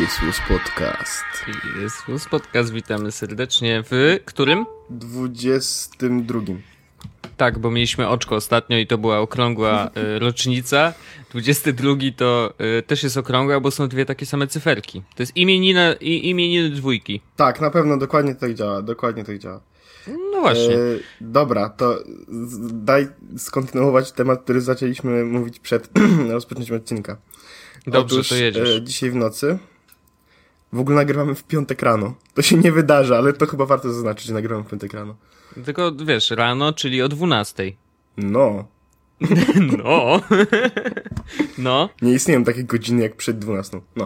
Jesus Podcast, witamy serdecznie w którym? 22. Tak, bo mieliśmy oczko ostatnio i to była okrągła rocznica. 22 to też jest okrągła, bo są dwie takie same cyferki. To jest imieniny dwójki. Tak, na pewno dokładnie tak działa, No właśnie. Dobra, to daj skontynuować temat, który zaczęliśmy mówić przed rozpoczęciem odcinka. Dobrze, Otóż, to jedziesz. Dzisiaj w nocy w ogóle nagrywamy w piątek rano. To się nie wydarzy, ale to chyba warto zaznaczyć, że nagrywamy w piątek rano. Tylko wiesz, rano, czyli o 12. No. No. No. Nie istnieją takie godziny jak przed 12. No.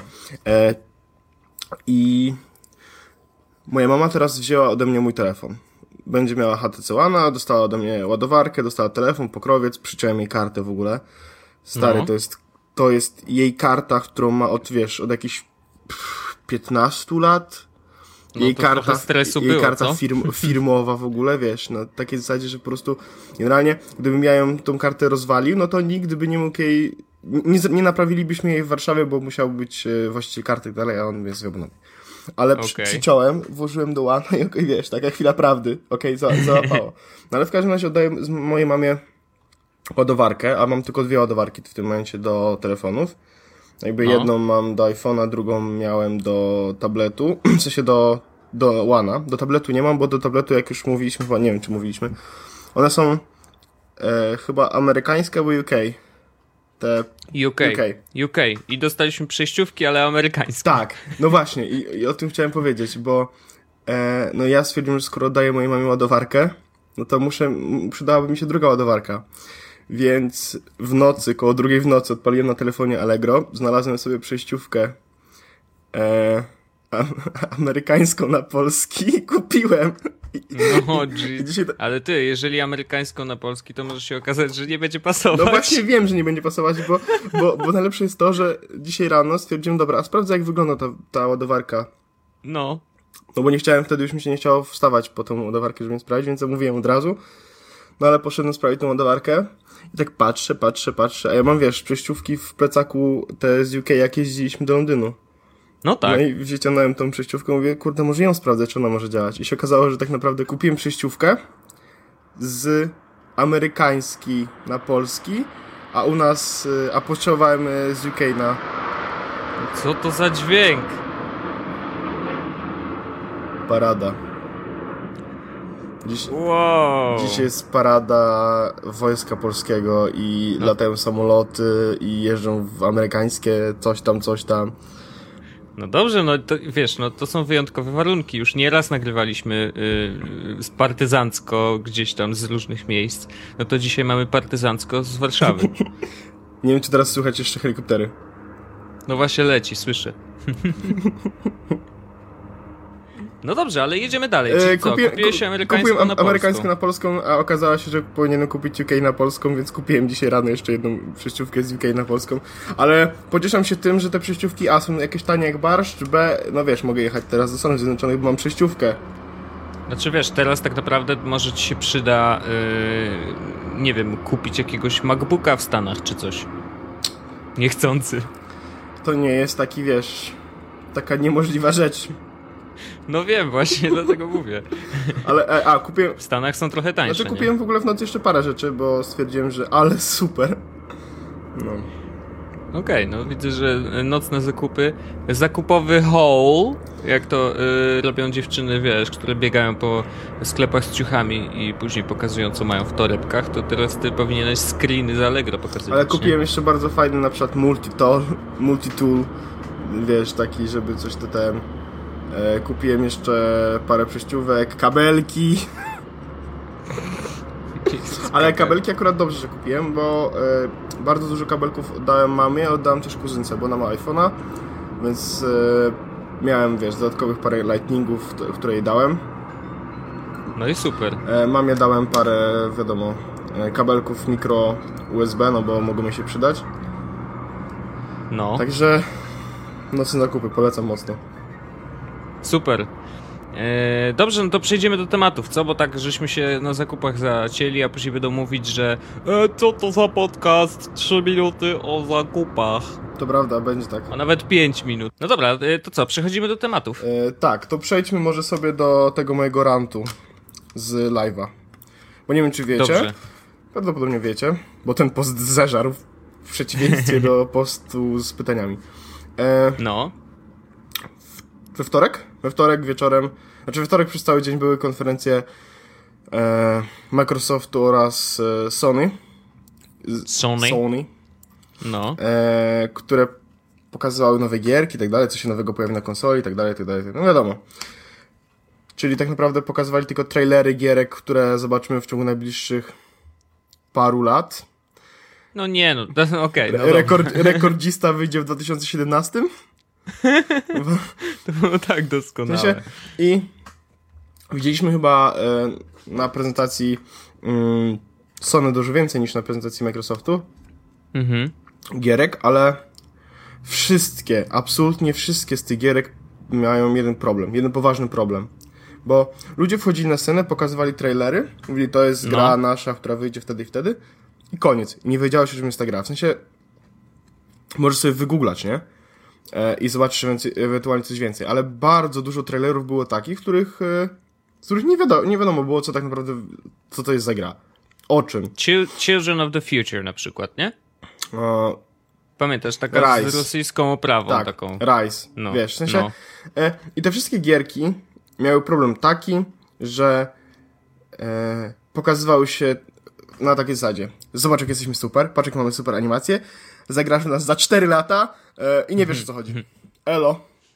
I moja mama teraz wzięła ode mnie mój telefon. Będzie miała HTC One'a, dostała ode mnie ładowarkę, dostała telefon, pokrowiec, przyciąłem jej kartę w ogóle. Stary, No. to jest jej karta, którą ma od jakichś 15 lat. No Jej to karta, trochę stresu jej było, karta co? firmowa w ogóle, wiesz, na takiej zasadzie, że po prostu generalnie, gdybym ja ją tą kartę rozwalił, no to nikt by nie mógł jej, nie naprawilibyśmy jej w Warszawie, bo musiał być właściciel karty i tak dalej, a on jest wyjebany. Ale przyciąłem, włożyłem do łana i okej, wiesz, taka chwila prawdy, załapało. No ale w każdym razie oddaję mojej mamie ładowarkę, a mam tylko dwie ładowarki w tym momencie do telefonów. Jakby jedną mam do iPhone'a, drugą miałem do tabletu, w sensie do łana. Do tabletu nie mam, bo do tabletu, jak już mówiliśmy, chyba nie wiem, czy mówiliśmy, one są chyba amerykańskie albo UK. UK. I dostaliśmy przejściówki, ale amerykańskie. Tak, no właśnie i o tym chciałem powiedzieć, bo no ja stwierdziłem, że skoro daję mojej mamie ładowarkę, no to przydałaby mi się druga ładowarka. Więc w nocy, koło 2 w nocy odpaliłem na telefonie Allegro, znalazłem sobie przejściówkę amerykańską na polski, kupiłem. No, ale ty, jeżeli amerykańską na polski, to może się okazać, że nie będzie pasować. No właśnie wiem, że nie będzie pasować, bo najlepsze jest to, że dzisiaj rano stwierdziłem, dobra, a sprawdzę jak wygląda ta ładowarka. No. No bo nie chciałem, wtedy już mi się nie chciało wstawać po tą ładowarkę, żeby ją sprawdzić, więc zamówiłem od razu. No ale poszedłem sprawdzić tą ładowarkę i tak patrzę, a ja mam, wiesz, przejściówki w plecaku te z UK, jak jeździliśmy do Londynu. No tak. No i wyciągnąłem tą przejściówkę, mówię, kurde, może ją sprawdzę, czy ona może działać. I się okazało, że tak naprawdę kupiłem przejściówkę z amerykański na polski, a u nas, a potrzebowałem z UK na... Co to za dźwięk? Parada. Dziś jest parada Wojska Polskiego i latają samoloty i jeżdżą w amerykańskie coś tam. No dobrze, no to wiesz, no to są wyjątkowe warunki. Już nieraz nagrywaliśmy partyzancko gdzieś tam z różnych miejsc. No to dzisiaj mamy partyzancko z Warszawy. Nie wiem, czy teraz słychać jeszcze helikoptery. No właśnie leci, słyszę. No dobrze, ale jedziemy dalej. Kupiłeś amerykańską na amerykańską na polską, a okazało się, że powinienem kupić UK na polską, więc kupiłem dzisiaj rano jeszcze jedną przejściówkę z UK na polską. Ale pocieszam się tym, że te przejściówki A są jakieś tanie jak barszcz, B, no wiesz, mogę jechać teraz do Stanów Zjednoczonych, bo mam przejściówkę. Znaczy wiesz, teraz tak naprawdę może ci się przyda, nie wiem, kupić jakiegoś MacBooka w Stanach czy coś. Niechcący. To nie jest taki, wiesz, taka niemożliwa rzecz. No wiem, właśnie dlatego mówię. Ale, kupiłem... W Stanach są trochę tańsze, Znaczy kupiłem w ogóle w nocy jeszcze parę rzeczy, bo stwierdziłem, że ale super. No. Okej, no widzę, że nocne zakupy. Zakupowy haul, jak to robią dziewczyny, wiesz, które biegają po sklepach z ciuchami i później pokazują, co mają w torebkach, to teraz ty powinieneś screeny z Allegro pokazywać. Ale kupiłem jeszcze bardzo fajny, na przykład multi-tool, wiesz, taki, żeby coś to ten... Kupiłem jeszcze parę przejściówek, kabelki. Ale kabelki akurat dobrze, że kupiłem, bo bardzo dużo kabelków oddałem mamie, oddałem też kuzynce, bo ona ma iPhone'a, więc miałem, wiesz, dodatkowych parę lightningów, które jej dałem. No i super. Mamie dałem parę, wiadomo, kabelków mikro USB, no bo mogą mi się przydać. No. Także nocne zakupy polecam mocno. Super. Dobrze, no to przejdziemy do tematów, co? Bo tak żeśmy się na zakupach zacięli, a później będą mówić, że co to za podcast? 3 minuty o zakupach. To prawda, będzie tak. A nawet 5 minut. No dobra, to co? Przechodzimy do tematów. Tak, to przejdźmy może sobie do tego mojego rantu z live'a. Bo nie wiem, czy wiecie. Dobrze. Prawdopodobnie wiecie, bo ten post zeżarł w przeciwieństwie do postu z pytaniami. No. We wtorek wieczorem, we wtorek przez cały dzień były konferencje Microsoftu oraz Sony. No. Które pokazywały nowe gierki i tak dalej, co się nowego pojawi na konsoli i tak dalej, tak dalej. No wiadomo. Czyli tak naprawdę pokazywali tylko trailery gierek, które zobaczymy w ciągu najbliższych paru lat. No nie, no okej. Rekordzista wyjdzie w 2017. To było tak doskonałe. I widzieliśmy chyba na prezentacji Sony dużo więcej niż na prezentacji Microsoftu gierek, ale absolutnie wszystkie z tych gierek mają jeden poważny problem. Bo ludzie wchodzili na scenę, pokazywali trailery, mówili, to jest gra nasza, która wyjdzie wtedy i wtedy i koniec. I nie wiedziałeś, czym jest ta gra. W sensie możesz sobie wygooglać, nie? I zobaczysz ewentualnie coś więcej. Ale bardzo dużo trailerów było takich, z których nie wiadomo było, co tak naprawdę, co to jest za gra. O czym? Children of the Future na przykład, nie? Pamiętasz, taka Rise. z rosyjską oprawą Tak, taką. Rise. No, Wiesz, w sensie i te wszystkie gierki miały problem taki, że pokazywały się na takiej zasadzie. Zobacz, jak jesteśmy super, patrz, jak mamy super animację, zagrasz w nas za 4 lata i nie wiesz, o co chodzi. Elo.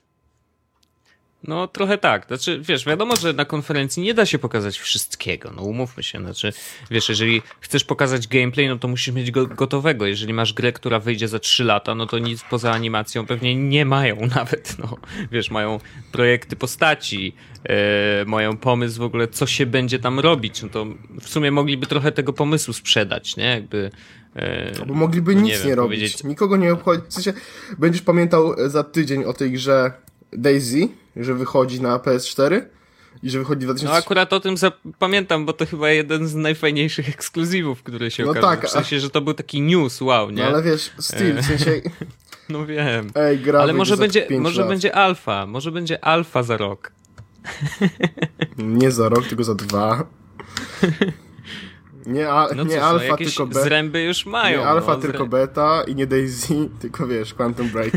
No trochę tak, znaczy wiesz, wiadomo, że na konferencji nie da się pokazać wszystkiego, no umówmy się, znaczy wiesz, jeżeli chcesz pokazać gameplay, no to musisz mieć go gotowego, jeżeli masz grę, która wyjdzie za 3 lata, no to nic poza animacją pewnie nie mają nawet, no wiesz, mają projekty postaci, mają pomysł w ogóle, co się będzie tam robić, no to w sumie mogliby trochę tego pomysłu sprzedać, nie, jakby... Bo mogliby nic nie robić, powiedzieć... nikogo nie obchodzi, w sensie będziesz pamiętał za tydzień o tej grze Daisy, że wychodzi na PS4 i że wychodzi w 2000... No akurat o tym pamiętam, bo to chyba jeden z najfajniejszych ekskluzywów, które się okazały. Tak, w sensie, że to był taki news, wow, nie? No ale wiesz, styl, w sensie... No wiem. Ej, gra ale może będzie alfa za rok. Nie za rok, tylko za 2. Nie alfa, tylko beta. Zręby już mają. Nie alfa, tylko beta i nie Daisy, tylko wiesz, Quantum Break.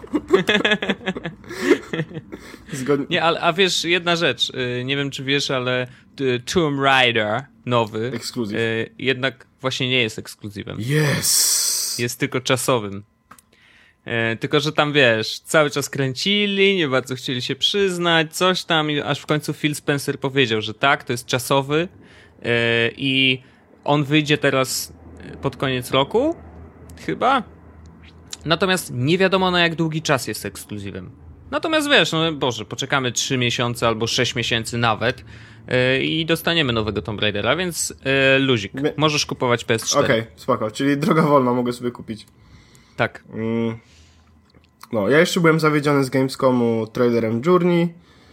Nie, a wiesz, jedna rzecz, nie wiem czy wiesz, ale Tomb Raider nowy ekskluzyw. jednak właśnie nie jest ekskluzywem. Jest tylko czasowym. Tylko, że tam wiesz, cały czas kręcili, nie bardzo chcieli się przyznać, coś tam, aż w końcu Phil Spencer powiedział, że tak, to jest czasowy i on wyjdzie teraz pod koniec roku, chyba. Natomiast nie wiadomo na jak długi czas jest ekskluzywem. Natomiast wiesz, no Boże, poczekamy 3 miesiące albo 6 miesięcy nawet i dostaniemy nowego Tomb Raidera, więc luzik, możesz kupować PS4. Okej, spoko, czyli droga wolna, mogę sobie kupić. Tak. No, ja jeszcze byłem zawiedziony z Gamescomu trailerem Journey.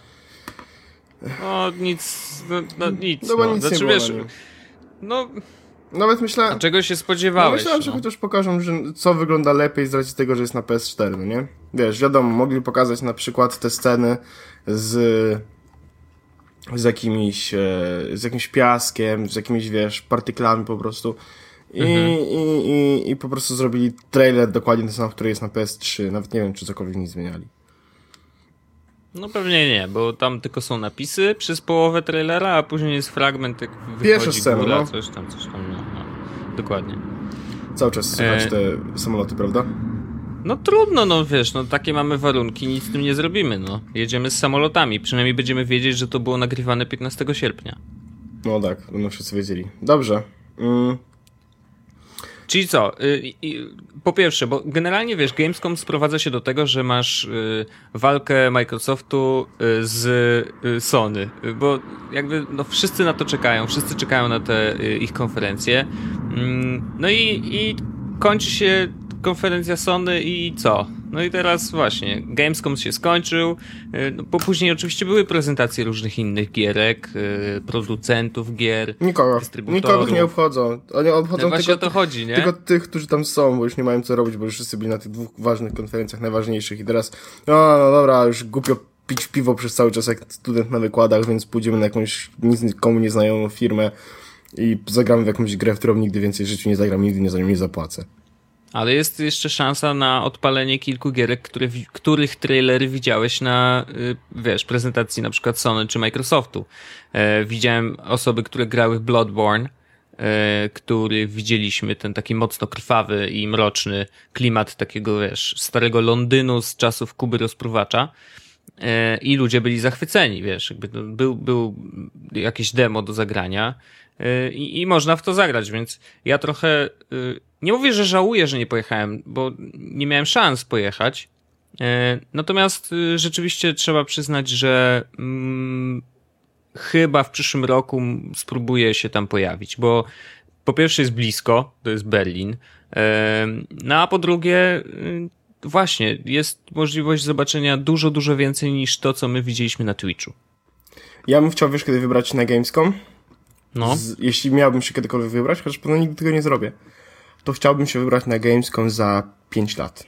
No nic. No bo nic znaczy, nie było wiesz, na nim. no... Nawet myślałem... A czego się spodziewałeś? Myślałem, że chociaż pokażą, że co wygląda lepiej z racji tego, że jest na PS4, no nie? Wiesz, wiadomo, mogli pokazać na przykład te sceny z jakimś piaskiem, z jakimiś, wiesz, partyklami po prostu. I po prostu zrobili trailer dokładnie ten sam, który jest na PS3. Nawet nie wiem, czy cokolwiek nie zmieniali. No pewnie nie, bo tam tylko są napisy przez połowę trailera, a później jest fragment, jak wychodzi pierwsza scena, góra, no. coś tam, no. Dokładnie. Cały czas słychać te samoloty, prawda? No trudno, no wiesz, no takie mamy warunki, nic z tym nie zrobimy, no. Jedziemy z samolotami, przynajmniej będziemy wiedzieć, że to było nagrywane 15 sierpnia. No tak, będą wszyscy wiedzieli. Dobrze. Czyli co? Po pierwsze, bo generalnie wiesz, Gamescom sprowadza się do tego, że masz walkę Microsoftu z Sony, bo jakby no wszyscy na to czekają, wszyscy czekają na te ich konferencje. No i kończy się konferencja Sony i co? No i teraz właśnie, Gamescom się skończył, no, bo później oczywiście były prezentacje różnych innych gierek, producentów gier, Nikogo nie obchodzą. Oni obchodzą no właśnie tylko, o to chodzi, nie? tylko tych, którzy tam są, bo już nie mają co robić, bo już wszyscy byli na tych dwóch ważnych konferencjach najważniejszych i teraz, no dobra, już głupio pić piwo przez cały czas jak student na wykładach, więc pójdziemy na jakąś nikomu nieznajomą firmę i zagramy w jakąś grę, w którą nigdy więcej w życiu nie zagram, nigdy nie za nią nie zapłacę. Ale jest jeszcze szansa na odpalenie kilku gierek, których trailery widziałeś na, wiesz, prezentacji na przykład Sony czy Microsoftu. Widziałem osoby, które grały w Bloodborne, który widzieliśmy, ten taki mocno krwawy i mroczny klimat takiego, wiesz, starego Londynu z czasów Kuby Rozpruwacza. I ludzie byli zachwyceni, wiesz, jakby to był jakieś demo do zagrania i można w to zagrać, więc ja trochę, nie mówię, że żałuję, że nie pojechałem, bo nie miałem szans pojechać, natomiast rzeczywiście trzeba przyznać, że chyba w przyszłym roku spróbuję się tam pojawić, bo po pierwsze jest blisko, to jest Berlin, no a po drugie właśnie, jest możliwość zobaczenia dużo więcej niż to, co my widzieliśmy na Twitchu. Ja bym chciał, wiesz, kiedy wybrać się na Gamescom? No. Jeśli miałbym się kiedykolwiek wybrać, chociaż pewno nigdy tego nie zrobię, to chciałbym się wybrać na Gamescom za 5 lat.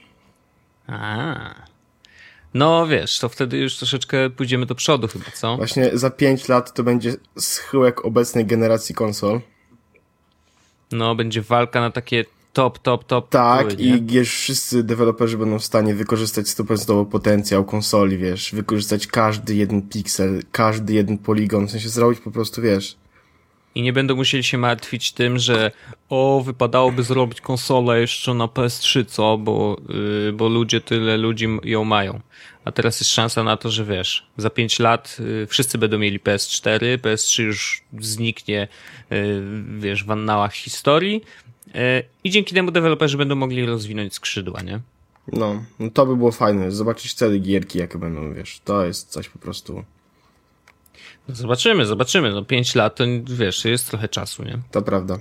No wiesz, to wtedy już troszeczkę pójdziemy do przodu chyba, co? Właśnie za 5 lat to będzie schyłek obecnej generacji konsol. No, będzie walka na takie top. Tak, tytuły, nie? i wiesz, wszyscy deweloperzy będą w stanie wykorzystać 100% potencjał konsoli, wiesz, wykorzystać każdy jeden piksel, każdy jeden poligon, w sensie zrobić po prostu, wiesz. I nie będą musieli się martwić tym, że wypadałoby zrobić konsolę jeszcze na PS3, co? Bo tyle ludzi ją mają. A teraz jest szansa na to, że wiesz, za 5 lat wszyscy będą mieli PS4, PS3 już zniknie, wiesz, w annałach historii i dzięki temu deweloperzy będą mogli rozwinąć skrzydła, nie? No to by było fajne, zobaczyć całe gierki, jakie będą, wiesz, to jest coś po prostu... No zobaczymy, no 5 lat to, wiesz, jest trochę czasu, nie? To prawda.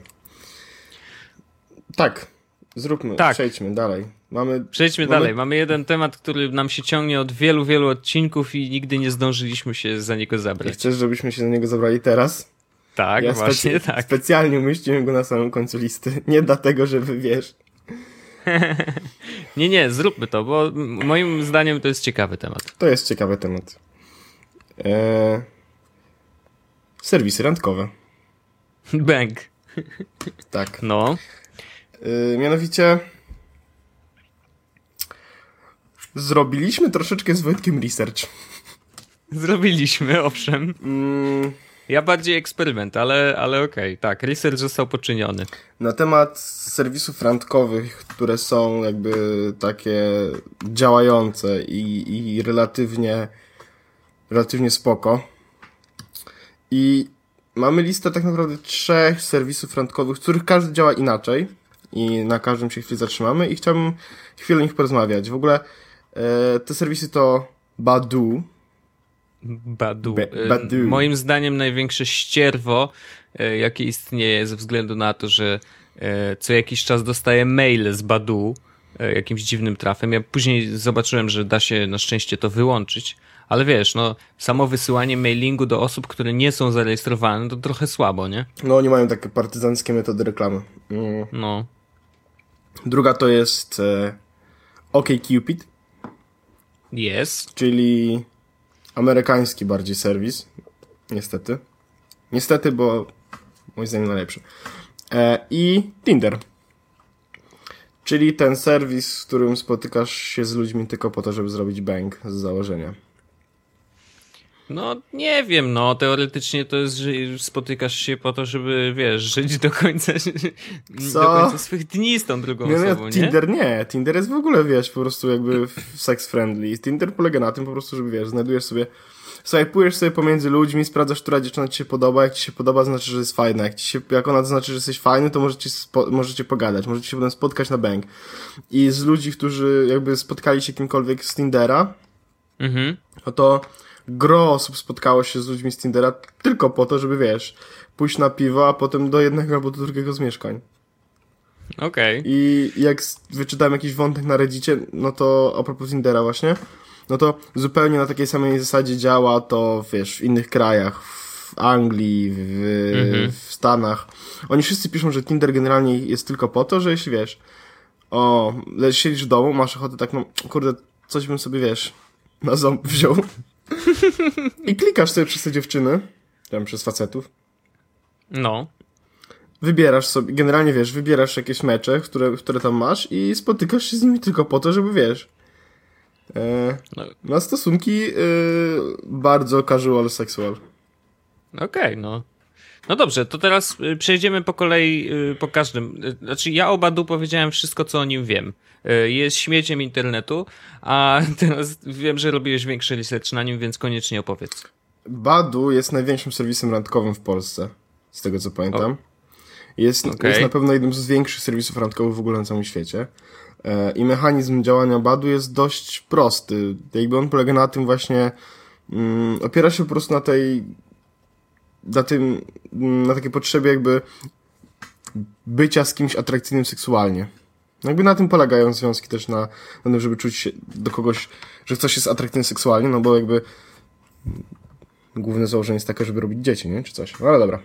Tak, zróbmy, przejdźmy dalej. Przejdźmy dalej. Mamy jeden temat, który nam się ciągnie od wielu odcinków i nigdy nie zdążyliśmy się za niego zabrać. Chcesz, żebyśmy się za niego zabrali teraz? Tak, ja właśnie tak. Specjalnie umieściłem go na samym końcu listy. Nie dlatego, żeby wiesz... nie, zróbmy to, bo moim zdaniem to jest ciekawy temat. To jest ciekawy temat. Serwisy randkowe. Bank. Tak. No. Mianowicie zrobiliśmy troszeczkę z Wojtkiem research. Zrobiliśmy, owszem. Ja bardziej eksperyment, ale okej, tak, research został poczyniony. Na temat serwisów randkowych, które są jakby takie działające i relatywnie spoko. I mamy listę tak naprawdę 3 serwisów randkowych, z których każdy działa inaczej i na każdym się chwilę zatrzymamy i chciałbym chwilę o nich porozmawiać. W ogóle te serwisy to Badoo. Badoo. Moim zdaniem największe ścierwo, jakie istnieje ze względu na to, że co jakiś czas dostaję maile z Badoo jakimś dziwnym trafem. Ja później zobaczyłem, że da się na szczęście to wyłączyć, ale wiesz, no samo wysyłanie mailingu do osób, które nie są zarejestrowane, to trochę słabo, nie? No oni mają takie partyzanckie metody reklamy. No. Druga to jest OkCupid. Jest. Czyli amerykański bardziej serwis. Niestety. Niestety, bo moim zdaniem najlepszy. I Tinder. Czyli ten serwis, w którym spotykasz się z ludźmi tylko po to, żeby zrobić bang z założenia. No, nie wiem, no, teoretycznie to jest, że spotykasz się po to, żeby, wiesz, żyć do końca swych dni z tą drugą osobą, nie? Tinder nie. Tinder jest w ogóle, wiesz, po prostu jakby sex friendly. Tinder polega na tym po prostu, żeby, wiesz, znajdujesz sobie, swajpujesz sobie pomiędzy ludźmi, sprawdzasz, która dziewczyna ci się podoba. Jak ci się podoba, znaczy, że jest fajna. Jak ona znaczy, że jesteś fajny, to możecie pogadać. Możecie się potem spotkać na bang. I z ludzi, którzy jakby spotkali się kimkolwiek z Tindera, no to gro osób spotkało się z ludźmi z Tindera tylko po to, żeby, wiesz, pójść na piwo, a potem do jednego albo do drugiego z mieszkań. Okej. I jak wyczytałem jakiś wątek na Reddicie, no to a propos Tindera właśnie, no to zupełnie na takiej samej zasadzie działa to, wiesz, w innych krajach, w Anglii, w Stanach. Oni wszyscy piszą, że Tinder generalnie jest tylko po to, że jeśli wiesz, siedzisz w domu, masz ochotę tak, no kurde, coś bym sobie, wiesz, na ząb wziął i klikasz sobie przez te dziewczyny, tam przez facetów. No. Wybierasz sobie, generalnie wiesz, wybierasz jakieś mecze, które tam masz i spotykasz się z nimi tylko po to, żeby wiesz, na stosunki bardzo casual sexual. Okej, no. No dobrze, to teraz przejdziemy po kolei po każdym. Znaczy ja o Badu powiedziałem wszystko, co o nim wiem. Jest śmieciem internetu, a teraz wiem, że robiłeś większy research na nim, więc koniecznie opowiedz. Badu jest największym serwisem randkowym w Polsce, z tego co pamiętam. Jest na pewno jednym z większych serwisów randkowych w ogóle na całym świecie. I mechanizm działania Badu jest dość prosty. Jakby on polega na tym właśnie, opiera się po prostu na takiej potrzebie jakby bycia z kimś atrakcyjnym seksualnie. Jakby na tym polegają związki też na tym, żeby czuć się do kogoś, że ktoś jest atrakcyjny seksualnie, no bo jakby główne założenie jest takie, żeby robić dzieci, nie? Czy coś. No ale dobra.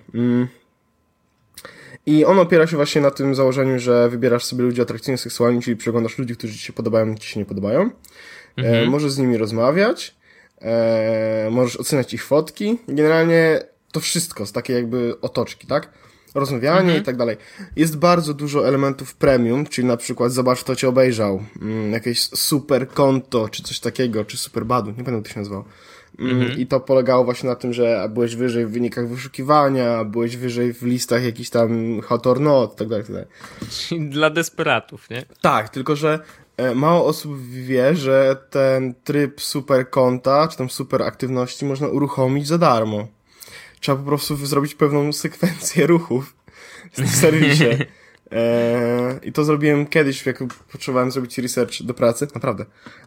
I on opiera się właśnie na tym założeniu, że wybierasz sobie ludzi atrakcyjnych seksualnie, czyli przeglądasz ludzi, którzy ci się podobają, ci się nie podobają. Możesz z nimi rozmawiać, możesz oceniać ich fotki. Generalnie to wszystko z takiej jakby otoczki, tak? Rozmawianie i tak dalej. Jest bardzo dużo elementów premium, czyli na przykład zobacz, kto cię obejrzał, jakieś super konto, czy coś takiego, czy super badu, nie pamiętam, jak to się nazywało. I to polegało właśnie na tym, że byłeś wyżej w wynikach wyszukiwania, byłeś wyżej w listach jakichś tam hot or not, tak dalej, tak dalej. Dla desperatów, nie? Tak, tylko że mało osób wie, że ten tryb super konta, czy tam super aktywności można uruchomić za darmo. Trzeba po prostu zrobić pewną sekwencję ruchów w tym serwisie. I to zrobiłem kiedyś, jak potrzebowałem zrobić research do pracy. Naprawdę.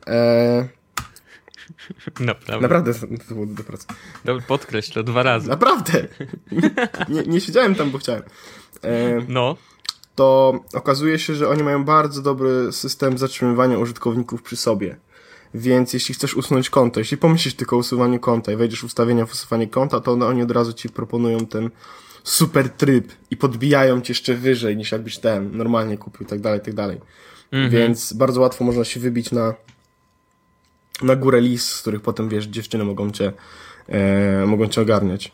Naprawdę to było do pracy. Dobra, podkreśl to 2 razy. Naprawdę. Nie siedziałem tam, bo chciałem. No. To okazuje się, że oni mają bardzo dobry system zatrzymywania użytkowników przy sobie. Więc jeśli chcesz usunąć konto, jeśli pomyślisz tylko o usuwaniu konta i wejdziesz w ustawienia w usuwanie konta, to oni od razu ci proponują ten super tryb i podbijają cię jeszcze wyżej niż jakbyś ten normalnie kupił, tak dalej, tak dalej. Więc bardzo łatwo można się wybić na górę list, z których potem, wiesz, dziewczyny mogą cię ogarniać.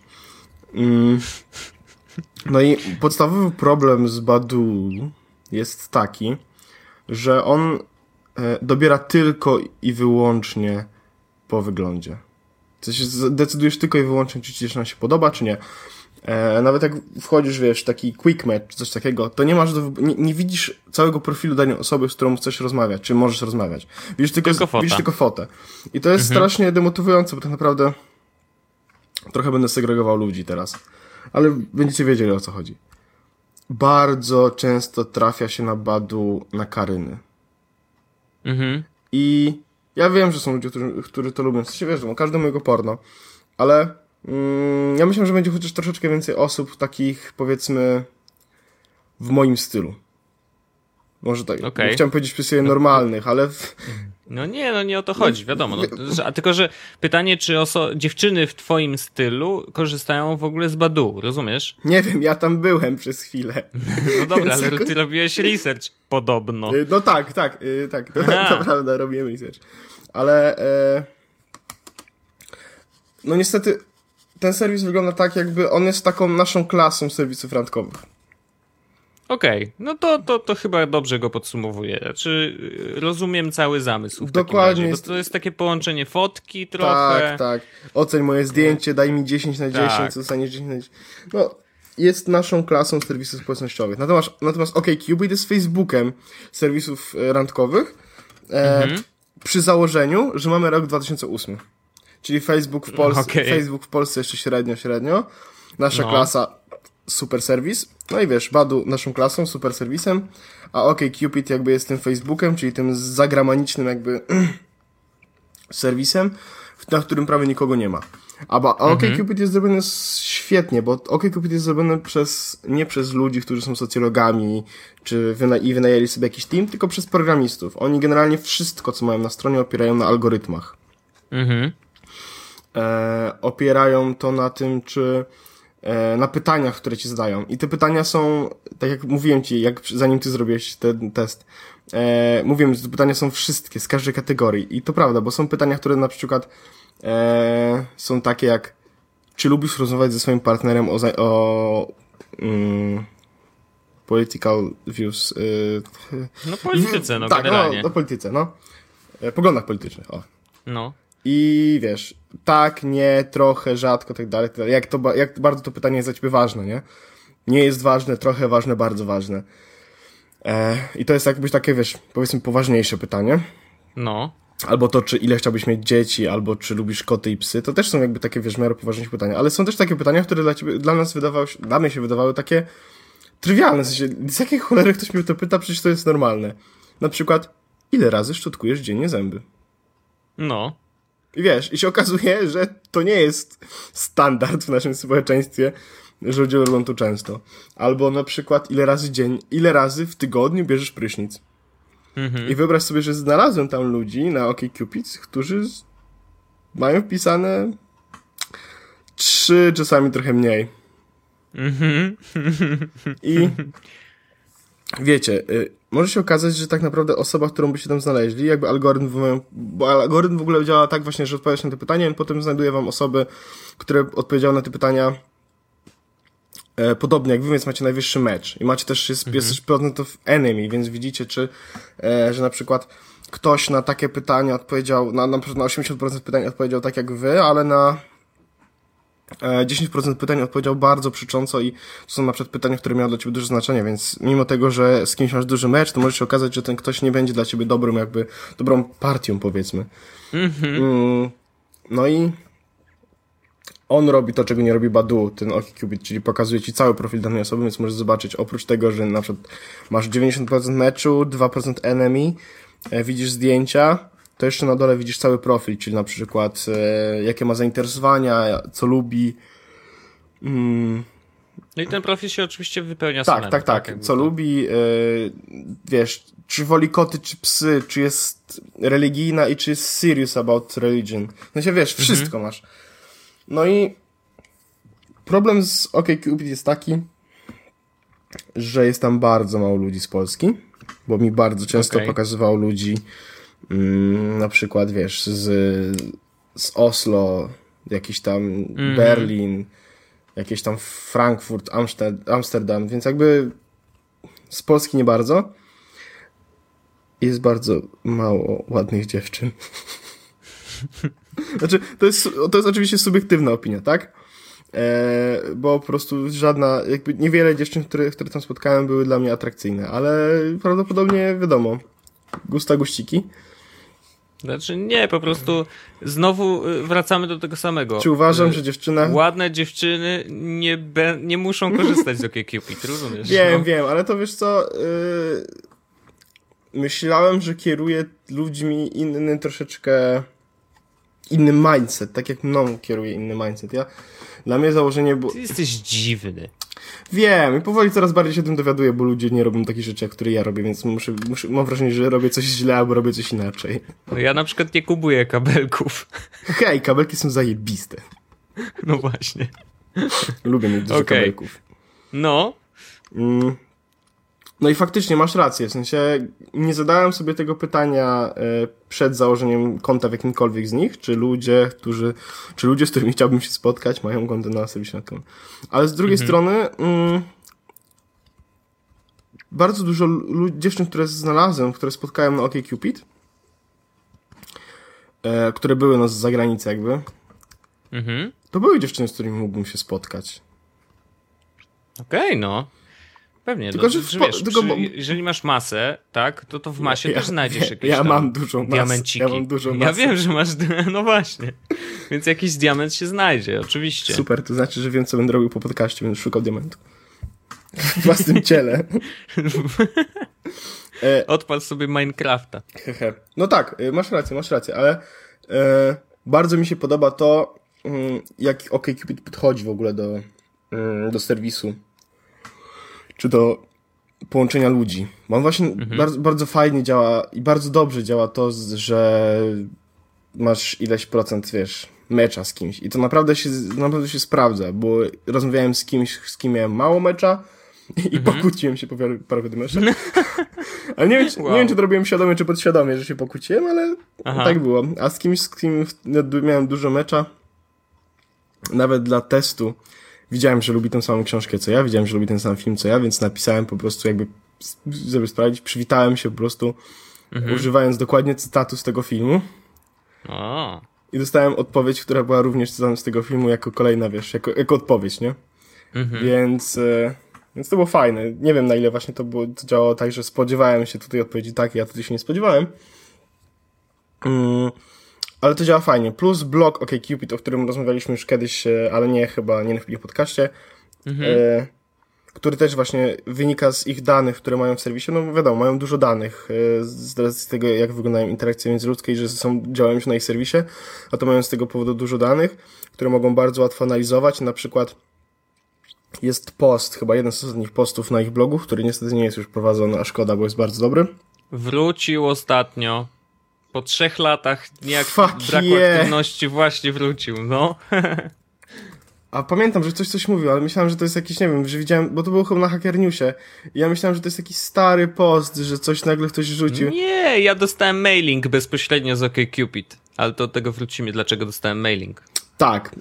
No i podstawowy problem z Badu jest taki, że on dobiera tylko i wyłącznie po wyglądzie. W sensie decydujesz tylko i wyłącznie, czy ci dziewczyna się podoba, czy nie. Nawet jak wchodzisz, wiesz, taki quick match, czy coś takiego, to nie masz nie widzisz całego profilu danej osoby, z którą chcesz rozmawiać, czy możesz rozmawiać. Widzisz tylko fotę. I to jest strasznie demotywujące, bo tak naprawdę trochę będę segregował ludzi teraz. Ale będziecie wiedzieli, o co chodzi. Bardzo często trafia się na Badu na Karyny. I ja wiem, że są ludzie, którzy to lubią. W sensie, wiesz, każdy ma jego porno. Ale ja myślę, że będzie chociaż troszeczkę więcej osób takich, powiedzmy, w moim stylu. Może tak. Okay. Chciałem powiedzieć przez siebie normalnych, ale... nie o to chodzi, wiadomo. A tylko, że pytanie, czy dziewczyny w twoim stylu korzystają w ogóle z Badu, rozumiesz? Nie wiem, ja tam byłem przez chwilę. No dobra, ale ty robiłeś research podobno. No tak, to prawda, robiłem research. Ale no niestety ten serwis wygląda tak, jakby on jest taką naszą klasą serwisów randkowych. Okej, no to chyba dobrze go podsumowuje. Znaczy, rozumiem cały zamysł w Dokładnie. takim razie, bo to jest takie połączenie fotki trochę. Tak. Oceń moje zdjęcie, daj mi 10 na 10, co dostaniesz 10 na 10. No, jest naszą klasą serwisów społecznościowych. Natomiast OkCupid jest Facebookiem serwisów randkowych przy założeniu, że mamy rok 2008. Czyli Facebook w Polsce, Facebook w Polsce jeszcze średnio. Nasza klasa super serwis. No i wiesz, Badu naszą klasą, super serwisem, a OkCupid jakby jest tym Facebookiem, czyli tym zagranicznym jakby serwisem, na którym prawie nikogo nie ma. A OkCupid jest zrobiony świetnie, bo OkCupid jest zrobiony nie przez ludzi, którzy są socjologami, czy wynajęli sobie jakiś team, tylko przez programistów. Oni generalnie wszystko, co mają na stronie, opierają na algorytmach. Opierają to na tym, na pytaniach, które ci zadają. I te pytania są, tak jak mówiłem ci, zanim ty zrobiłeś ten test, mówiłem, że te pytania są wszystkie, z każdej kategorii. I to prawda, bo są pytania, które na przykład są takie jak, czy lubisz rozmawiać ze swoim partnerem o political views? No polityce, tak, generalnie. o polityce, poglądach politycznych, o. No. I wiesz, tak, nie, trochę, rzadko, tak dalej, tak dalej. Jak bardzo to pytanie jest dla ciebie ważne, nie? Nie jest ważne, trochę ważne, bardzo ważne. I to jest jakbyś takie, wiesz, powiedzmy poważniejsze pytanie. No. Albo to, czy ile chciałbyś mieć dzieci, albo czy lubisz koty i psy. To też są jakby takie, wiesz, w miarę poważniejsze pytania. Ale są też takie pytania, które dla mnie się wydawały takie trywialne. W sensie, z jakiej cholery ktoś mnie to pyta, przecież to jest normalne. Na przykład, ile razy szczotkujesz dziennie zęby? No. I wiesz, i się okazuje, że to nie jest standard w naszym społeczeństwie, że ludzie robią to często. Albo na przykład, ile razy w tygodniu bierzesz prysznic. I wyobraź sobie, że znalazłem tam ludzi na OkCupid, którzy mają wpisane 3, czasami trochę mniej. I wiecie, może się okazać, że tak naprawdę osoba, którą byście tam znaleźli, jakby bo algorytm w ogóle działa tak właśnie, że odpowiadasz na te pytania i potem znajduje wam osoby, które odpowiedziały na te pytania podobnie jak wy, więc macie najwyższy mecz. I macie też, jest też procent of enemy, więc widzicie, że na przykład ktoś na takie pytania odpowiedział, na przykład na 80% pytań odpowiedział tak jak wy, ale na 10% pytań odpowiedział bardzo przecząco i to są na przykład pytania, które miały dla ciebie duże znaczenie, więc mimo tego, że z kimś masz duży mecz, to może się okazać, że ten ktoś nie będzie dla ciebie dobrą partią, powiedzmy. No i on robi to, czego nie robi Badoo, ten OkCupid, czyli pokazuje ci cały profil danej osoby, więc możesz zobaczyć, oprócz tego, że na przykład masz 90% meczu, 2% enemy, widzisz zdjęcia, to jeszcze na dole widzisz cały profil, czyli na przykład jakie ma zainteresowania, co lubi. No i ten profil się oczywiście wypełnia samemu. Tak. Co lubi, wiesz, czy woli koty, czy psy, czy jest religijna i czy jest serious about religion. No się wiesz, wszystko masz. No i problem z OkCupid jest taki, że jest tam bardzo mało ludzi z Polski, bo mi bardzo często pokazywał ludzi na przykład, wiesz, z Oslo, jakiś tam Berlin, jakieś tam Frankfurt, Amsterdam, więc jakby z Polski nie bardzo. Jest bardzo mało ładnych dziewczyn. Znaczy, to jest oczywiście subiektywna opinia, tak? Bo po prostu jakby niewiele dziewczyn, które tam spotkałem, były dla mnie atrakcyjne, ale prawdopodobnie, wiadomo, guściki. Znaczy nie, po prostu znowu wracamy do tego samego. Czy uważam, że ładne dziewczyny nie muszą korzystać z OkCupid, rozumiesz? Wiem, ale to wiesz co... Myślałem, że kieruję ludźmi inny mindset, tak jak mną kieruje inny mindset. Dla mnie założenie było... Ty jesteś dziwny. Wiem i powoli coraz bardziej się tym dowiaduję, bo ludzie nie robią takich rzeczy, jak które ja robię, więc mam wrażenie, że robię coś źle albo robię coś inaczej. No ja na przykład nie kupuję kabelków. Hej, kabelki są zajebiste. No właśnie. Lubię mieć dużo kabelków. No. No i faktycznie masz rację, w sensie nie zadałem sobie tego pytania przed założeniem konta w jakimkolwiek z nich, czy ludzie, z którymi chciałbym się spotkać, mają konto na ServiceNet.com. Ale z drugiej strony bardzo dużo dziewczyn, które znalazłem, które spotkałem na OkCupid, które były z zagranicy jakby, to były dziewczyny, z którymi mógłbym się spotkać. Okej, no. Pewnie, tylko, jeżeli masz masę, tak, to w masie też znajdziesz jakieś ja mam dużą masę. Diamenciki. Ja mam dużą masę. Ja wiem, że masz, no właśnie. Więc jakiś diament się znajdzie, oczywiście. Super, to znaczy, że wiem, co będę robił po podcaście, będę szukał diamentu. W własnym ciele. Odpal sobie Minecrafta. No tak, masz rację, ale bardzo mi się podoba to, jak OkCupid podchodzi w ogóle do serwisu, czy do połączenia ludzi. Bo on właśnie bardzo, bardzo fajnie działa i bardzo dobrze działa to, że masz ileś procent, wiesz, mecza z kimś. I to naprawdę się sprawdza, bo rozmawiałem z kimś, z kim miałem mało mecza i pokłóciłem się po paru meczach. Ale nie wiem, czy to robiłem świadomie, czy podświadomie, że się pokłóciłem, ale tak było. A z kimś, z kim miałem dużo mecza, nawet dla testu, widziałem, że lubi tę samą książkę co ja, widziałem, że lubi ten sam film co ja, więc napisałem po prostu jakby, żeby sprawdzić, przywitałem się po prostu, używając dokładnie cytatu z tego filmu. O. I dostałem odpowiedź, która była również cytatem z tego filmu jako kolejna, wiesz, jako odpowiedź, nie? Więc to było fajne. Nie wiem, na ile właśnie to działało tak, że spodziewałem się tutaj odpowiedzi takiej, a tutaj się nie spodziewałem. Ale to działa fajnie. Plus blog OkCupid, o którym rozmawialiśmy już kiedyś, ale nie w podcaście, który też właśnie wynika z ich danych, które mają w serwisie. No wiadomo, mają dużo danych z tego, jak wyglądają interakcje międzyludzkie i że działają już na ich serwisie, a to mają z tego powodu dużo danych, które mogą bardzo łatwo analizować. Na przykład jest post, chyba jeden z ostatnich postów na ich blogu, który niestety nie jest już prowadzony, a szkoda, bo jest bardzo dobry. Wrócił ostatnio. Po 3 latach braku aktywności właśnie wrócił, no. A pamiętam, że coś mówił, ale myślałem, że to jest jakiś, nie wiem, że widziałem, bo to było chyba na Hacker Newsie i ja myślałem, że to jest jakiś stary post, że coś nagle ktoś rzucił. Nie, ja dostałem mailing bezpośrednio z OkCupid, ale do tego wrócimy, dlaczego dostałem mailing. Tak.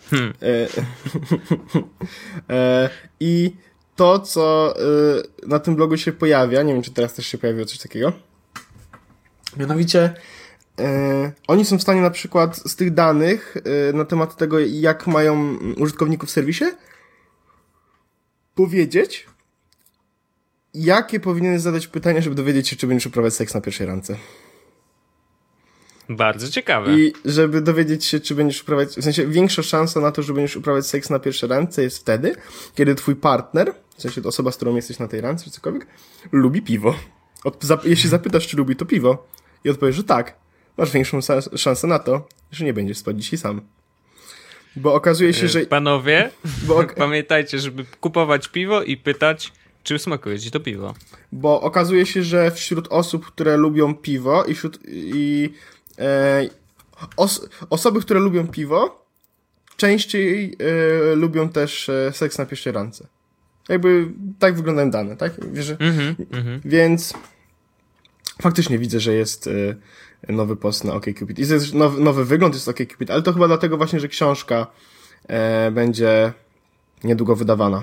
I to, co na tym blogu się pojawia, nie wiem, czy teraz też się pojawiło coś takiego, mianowicie oni są w stanie na przykład z tych danych na temat tego, jak mają użytkowników w serwisie, powiedzieć, jakie powinieneś zadać pytania, żeby dowiedzieć się, czy będziesz uprawiać seks na pierwszej randce. Bardzo ciekawe. I żeby dowiedzieć się, czy będziesz uprawiać, w sensie większa szansa na to, że będziesz uprawiać seks na pierwszej randce jest wtedy, kiedy twój partner, w sensie to osoba, z którą jesteś na tej randce, czy cokolwiek, lubi piwo. Jeśli zapytasz, czy lubi to piwo i odpowiesz, że tak, masz większą szansę na to, że nie będziesz spać dzisiaj sam. Bo okazuje się, że... Panowie, pamiętajcie, żeby kupować piwo i pytać, czy smakuje ci to piwo. Bo okazuje się, że wśród osób, które lubią piwo osoby, które lubią piwo, częściej lubią też seks na pierwszej randce. Jakby tak wyglądają dane, tak? Wiesz, więc faktycznie widzę, że jest nowy post na OkCupid. I to jest nowy wygląd jest OkCupid, ale to chyba dlatego właśnie, że książka będzie niedługo wydawana.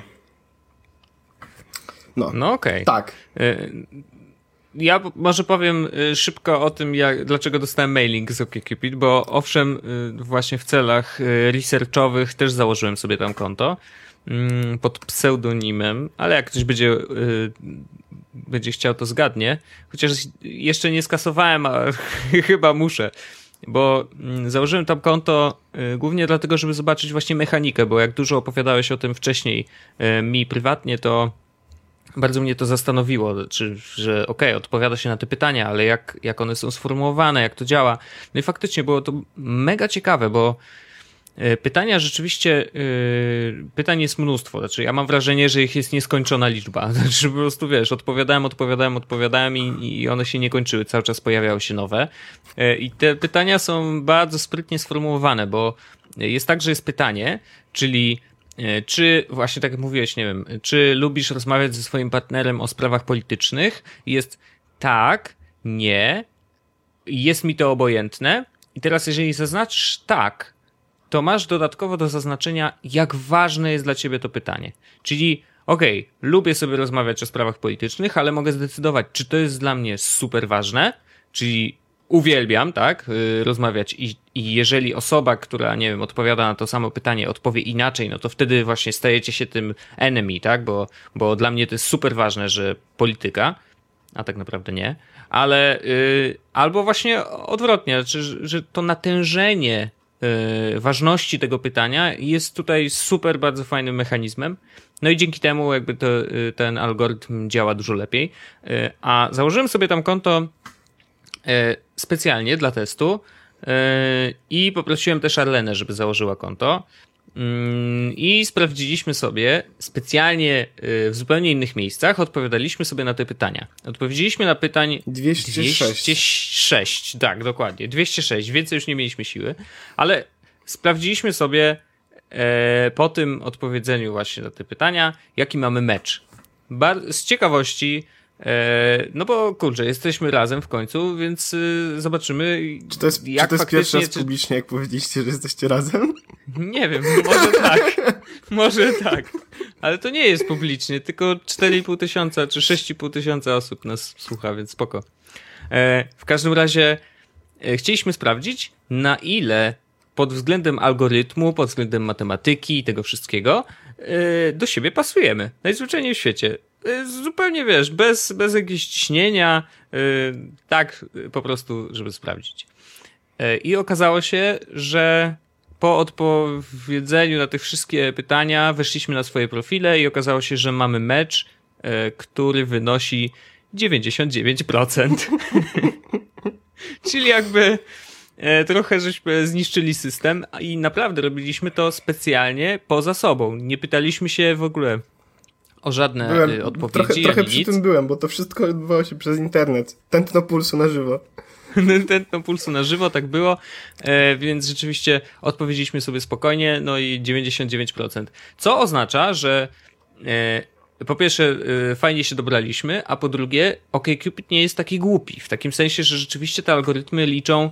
No okej. Tak. Ja może powiem szybko o tym, dlaczego dostałem mailing z OkCupid, bo owszem, właśnie w celach researchowych też założyłem sobie tam konto pod pseudonimem, ale jak ktoś będzie chciał, to zgadnie. Chociaż jeszcze nie skasowałem, a chyba muszę. Bo założyłem tam konto głównie dlatego, żeby zobaczyć właśnie mechanikę, bo jak dużo opowiadałeś o tym wcześniej mi prywatnie, to bardzo mnie to zastanowiło, że odpowiada się na te pytania, ale jak one są sformułowane, jak to działa. No i faktycznie było to mega ciekawe, bo pytania rzeczywiście, pytań jest mnóstwo. Znaczy ja mam wrażenie, że ich jest nieskończona liczba. Znaczy po prostu wiesz, odpowiadałem i one się nie kończyły. Cały czas pojawiały się nowe. I te pytania są bardzo sprytnie sformułowane, bo jest tak, że jest pytanie, czyli czy, właśnie tak jak mówiłeś, nie wiem, czy lubisz rozmawiać ze swoim partnerem o sprawach politycznych? Jest tak, nie, jest mi to obojętne. I teraz jeżeli zaznaczysz tak, to masz dodatkowo do zaznaczenia, jak ważne jest dla ciebie to pytanie. Czyli lubię sobie rozmawiać o sprawach politycznych, ale mogę zdecydować, czy to jest dla mnie super ważne, czyli uwielbiam, tak, rozmawiać i jeżeli osoba, która, nie wiem, odpowiada na to samo pytanie, odpowie inaczej, no to wtedy właśnie stajecie się tym enemy, tak, bo dla mnie to jest super ważne, że polityka, a tak naprawdę nie, ale albo właśnie odwrotnie, znaczy, że to natężenie ważności tego pytania jest tutaj super bardzo fajnym mechanizmem. No i dzięki temu jakby ten algorytm działa dużo lepiej. A założyłem sobie tam konto specjalnie dla testu, i poprosiłem też Arlenę, żeby założyła konto. I sprawdziliśmy sobie specjalnie w zupełnie innych miejscach, odpowiadaliśmy sobie na te pytania. Odpowiedzieliśmy na pytań 206. Tak, dokładnie. 206. Więcej już nie mieliśmy siły, ale sprawdziliśmy sobie po tym odpowiedzeniu właśnie na te pytania, jaki mamy mecz. Z ciekawości, no bo kurczę, jesteśmy razem w końcu, więc zobaczymy, Czy to jest pierwszy raz publicznie, jak powiedzieliście, że jesteście razem? Nie wiem, może tak. Może tak. Ale to nie jest publicznie, tylko 4,5 tysiąca czy 6,5 tysiąca osób nas słucha, więc spoko. W każdym razie chcieliśmy sprawdzić, na ile pod względem algorytmu, pod względem matematyki i tego wszystkiego do siebie pasujemy. Najzwyczajniej w świecie. Zupełnie, wiesz, bez jakiegoś ciśnienia, tak po prostu, żeby sprawdzić. I okazało się, że po odpowiedzeniu na te wszystkie pytania weszliśmy na swoje profile i okazało się, że mamy mecz, który wynosi 99%. Czyli jakby trochę żeśmy zniszczyli system i naprawdę robiliśmy to specjalnie poza sobą. Nie pytaliśmy się w ogóle o żadne odpowiedzi. Trochę ani przy nic. tym byłem, bo to wszystko odbywało się przez internet. Tętno pulsu na żywo. Tętno pulsu na żywo, tak było, więc rzeczywiście odpowiedzieliśmy sobie spokojnie, no i 99%. Co oznacza, że po pierwsze fajnie się dobraliśmy, a po drugie OkCupid nie jest taki głupi, w takim sensie, że rzeczywiście te algorytmy liczą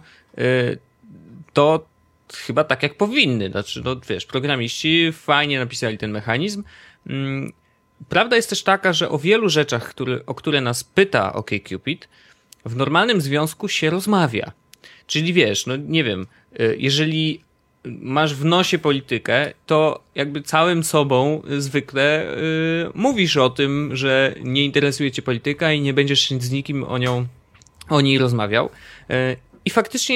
to chyba tak jak powinny. Znaczy, no wiesz, programiści fajnie napisali ten mechanizm. Prawda jest też taka, że o wielu rzeczach, o które nas pyta OkCupid, w normalnym związku się rozmawia. Czyli wiesz, no nie wiem, jeżeli masz w nosie politykę, to jakby całym sobą zwykle mówisz o tym, że nie interesuje cię polityka i nie będziesz z nikim o niej rozmawiał. I faktycznie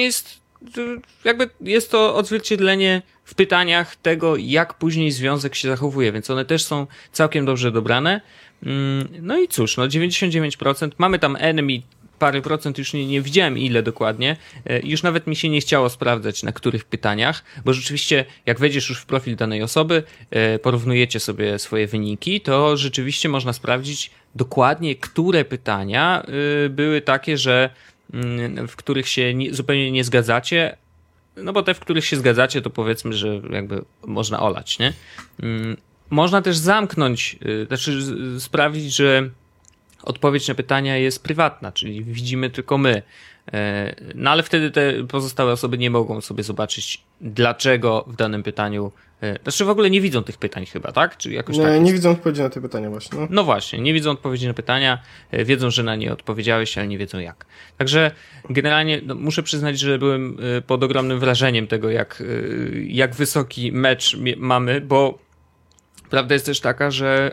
jest to odzwierciedlenie w pytaniach tego, jak później związek się zachowuje, więc one też są całkiem dobrze dobrane. No i cóż, no 99%, mamy tam enemy, parę procent, już nie widziałem ile dokładnie, już nawet mi się nie chciało sprawdzać na których pytaniach, bo rzeczywiście jak wejdziesz już w profil danej osoby, porównujecie sobie swoje wyniki, to rzeczywiście można sprawdzić dokładnie, które pytania były takie, że w których się zupełnie nie zgadzacie, no bo te, w których się zgadzacie, to powiedzmy, że jakby można olać, nie? Można też zamknąć, znaczy sprawić, że odpowiedź na pytania jest prywatna, czyli widzimy tylko my. No ale wtedy te pozostałe osoby nie mogą sobie zobaczyć, dlaczego w danym pytaniu. Znaczy w ogóle nie widzą tych pytań chyba, tak? Czy jakoś nie, tak nie widzą odpowiedzi na te pytania właśnie. No właśnie, nie widzą odpowiedzi na pytania, wiedzą, że na nie odpowiedziałeś, ale nie wiedzą jak. Także generalnie muszę przyznać, że byłem pod ogromnym wrażeniem tego, jak wysoki mecz mamy, bo prawda jest też taka, że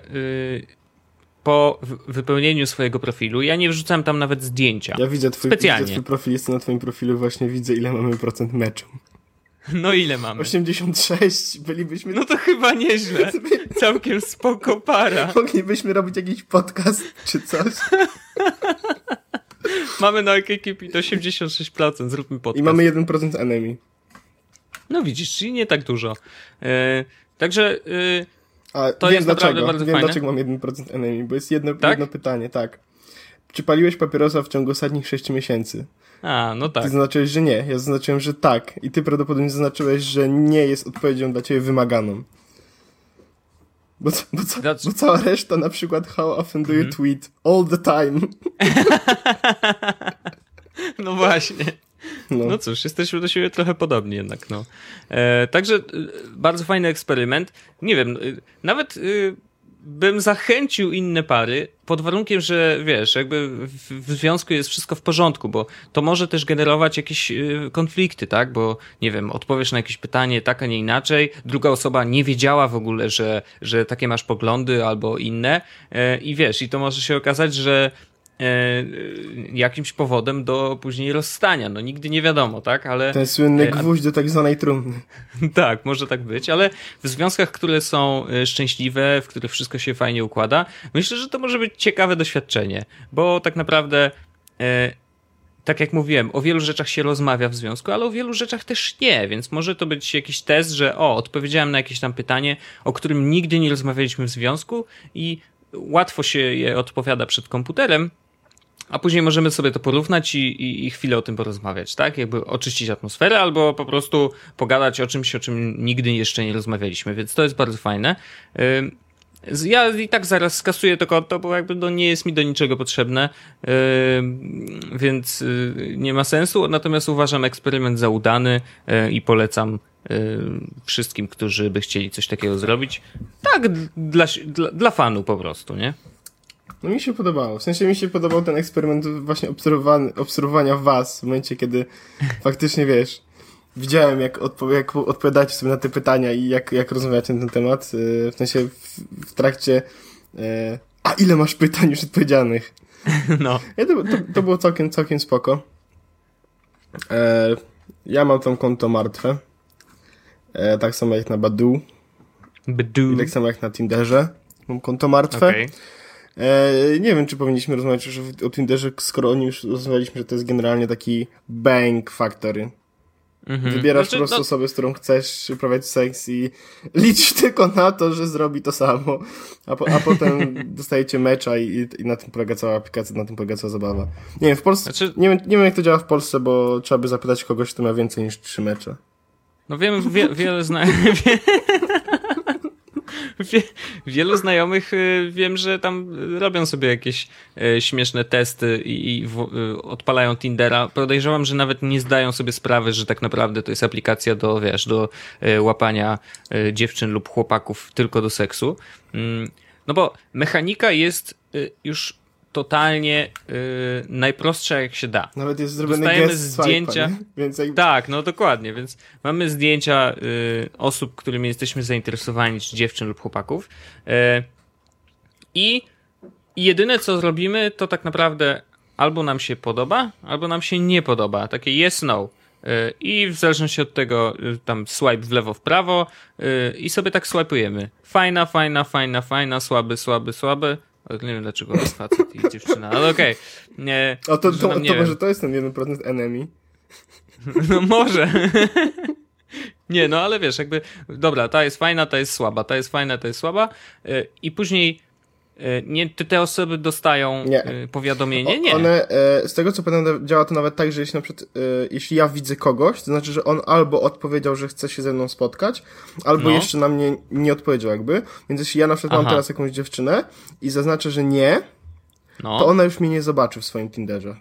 po wypełnieniu swojego profilu, ja nie wrzucam tam nawet zdjęcia. Ja widzę twój profil, jestem na twoim profilu, właśnie widzę, ile mamy procent meczu. No ile mamy? 86, bylibyśmy... No to chyba nieźle. Całkiem spoko para. Moglibyśmy robić jakiś podcast, czy coś. Mamy na OkCupid 86%, zróbmy podcast. I mamy 1% enemy. No widzisz, czyli nie tak dużo. Także... to wiem jest naprawdę bardzo fajne. Wiem dlaczego mam 1% enemy, bo jest jedno pytanie, tak. Czy paliłeś papierosa w ciągu ostatnich 6 miesięcy? A, no tak. Ty zaznaczyłeś, że nie. Ja zaznaczyłem, że tak. I ty prawdopodobnie zaznaczyłeś, że nie jest odpowiedzią dla ciebie wymaganą. Bo cała reszta, na przykład how often do you tweet? All the time. No właśnie. No cóż, jesteśmy do siebie trochę podobni jednak, no. Także bardzo fajny eksperyment. Nie wiem, nawet bym zachęcił inne pary pod warunkiem, że wiesz, jakby w związku jest wszystko w porządku, bo to może też generować jakieś konflikty, tak? Bo nie wiem, odpowiesz na jakieś pytanie tak, a nie inaczej, druga osoba nie wiedziała w ogóle, że takie masz poglądy albo inne i wiesz, i to może się okazać, że jakimś powodem do później rozstania. No nigdy nie wiadomo, tak? Ale ten słynny gwóźdź do tak zwanej trumny. Tak, może tak być, ale w związkach, które są szczęśliwe, w których wszystko się fajnie układa, myślę, że to może być ciekawe doświadczenie, bo tak naprawdę tak jak mówiłem, o wielu rzeczach się rozmawia w związku, ale o wielu rzeczach też nie, więc może to być jakiś test, że odpowiedziałem na jakieś tam pytanie, o którym nigdy nie rozmawialiśmy w związku i łatwo się je odpowiada przed komputerem, a później możemy sobie to porównać i chwilę o tym porozmawiać, tak? Jakby oczyścić atmosferę albo po prostu pogadać o czymś, o czym nigdy jeszcze nie rozmawialiśmy, więc to jest bardzo fajne. Ja i tak zaraz skasuję to konto, bo jakby nie jest mi do niczego potrzebne, więc nie ma sensu, natomiast uważam eksperyment za udany i polecam wszystkim, którzy by chcieli coś takiego zrobić. Tak, dla fanu po prostu, nie? No mi się podobało. W sensie mi się podobał ten eksperyment właśnie obserwowania was w momencie, kiedy faktycznie, wiesz, widziałem jak odpowiadacie sobie na te pytania i jak rozmawiacie na ten temat. W sensie w trakcie a ile masz pytań już odpowiedzianych? No. To było całkiem spoko. Ja mam tam konto martwe. Tak samo jak na Badoo. I tak samo jak na Tinderze. Mam konto martwe. Okay. Nie wiem, czy powinniśmy rozmawiać już o Tinderze, skoro o nim już rozmawialiśmy, że to jest generalnie taki bang factory. Wybierasz po prostu osobę, z którą chcesz uprawiać seks i liczysz tylko na to, że zrobi to samo, a potem dostajecie mecza i na tym polega cała aplikacja, na tym polega cała zabawa. Nie wiem, w Polsce, nie wiem jak to działa w Polsce, bo trzeba by zapytać kogoś, kto ma więcej niż 3 mecze. No wiem, wiele wielu znajomych wiem, że tam robią sobie jakieś śmieszne testy i odpalają Tindera. Podejrzewam, że nawet nie zdają sobie sprawy, że tak naprawdę to jest aplikacja do łapania dziewczyn lub chłopaków tylko do seksu. No bo mechanika jest już totalnie najprostsza jak się da. Nawet jest zrobiony dostajemy zdjęcia. Więc Tak, no dokładnie, więc mamy zdjęcia osób, którymi jesteśmy zainteresowani, czy dziewczyn lub chłopaków. I jedyne co zrobimy, to tak naprawdę albo nam się podoba, albo nam się nie podoba. Takie yes, no. I w zależności od tego tam swipe w lewo, w prawo i sobie tak swipe'ujemy. Fajna, słaby. Ale nie wiem dlaczego jest facet i dziewczyna, ale okej. To może to jest ten 1% enemy? No może. Nie, no ale wiesz, jakby dobra, ta jest fajna, ta jest słaba, ta jest fajna, ta jest słaba i później te osoby dostają powiadomienie? Nie. One, z tego co pamiętam, działa to nawet tak, że jeśli na przykład, jeśli ja widzę kogoś, to znaczy, że on albo odpowiedział, że chce się ze mną spotkać, albo jeszcze na mnie nie odpowiedział jakby, więc jeśli ja na przykład mam teraz jakąś dziewczynę i zaznaczę, że nie, to ona już mnie nie zobaczy w swoim Tinderze.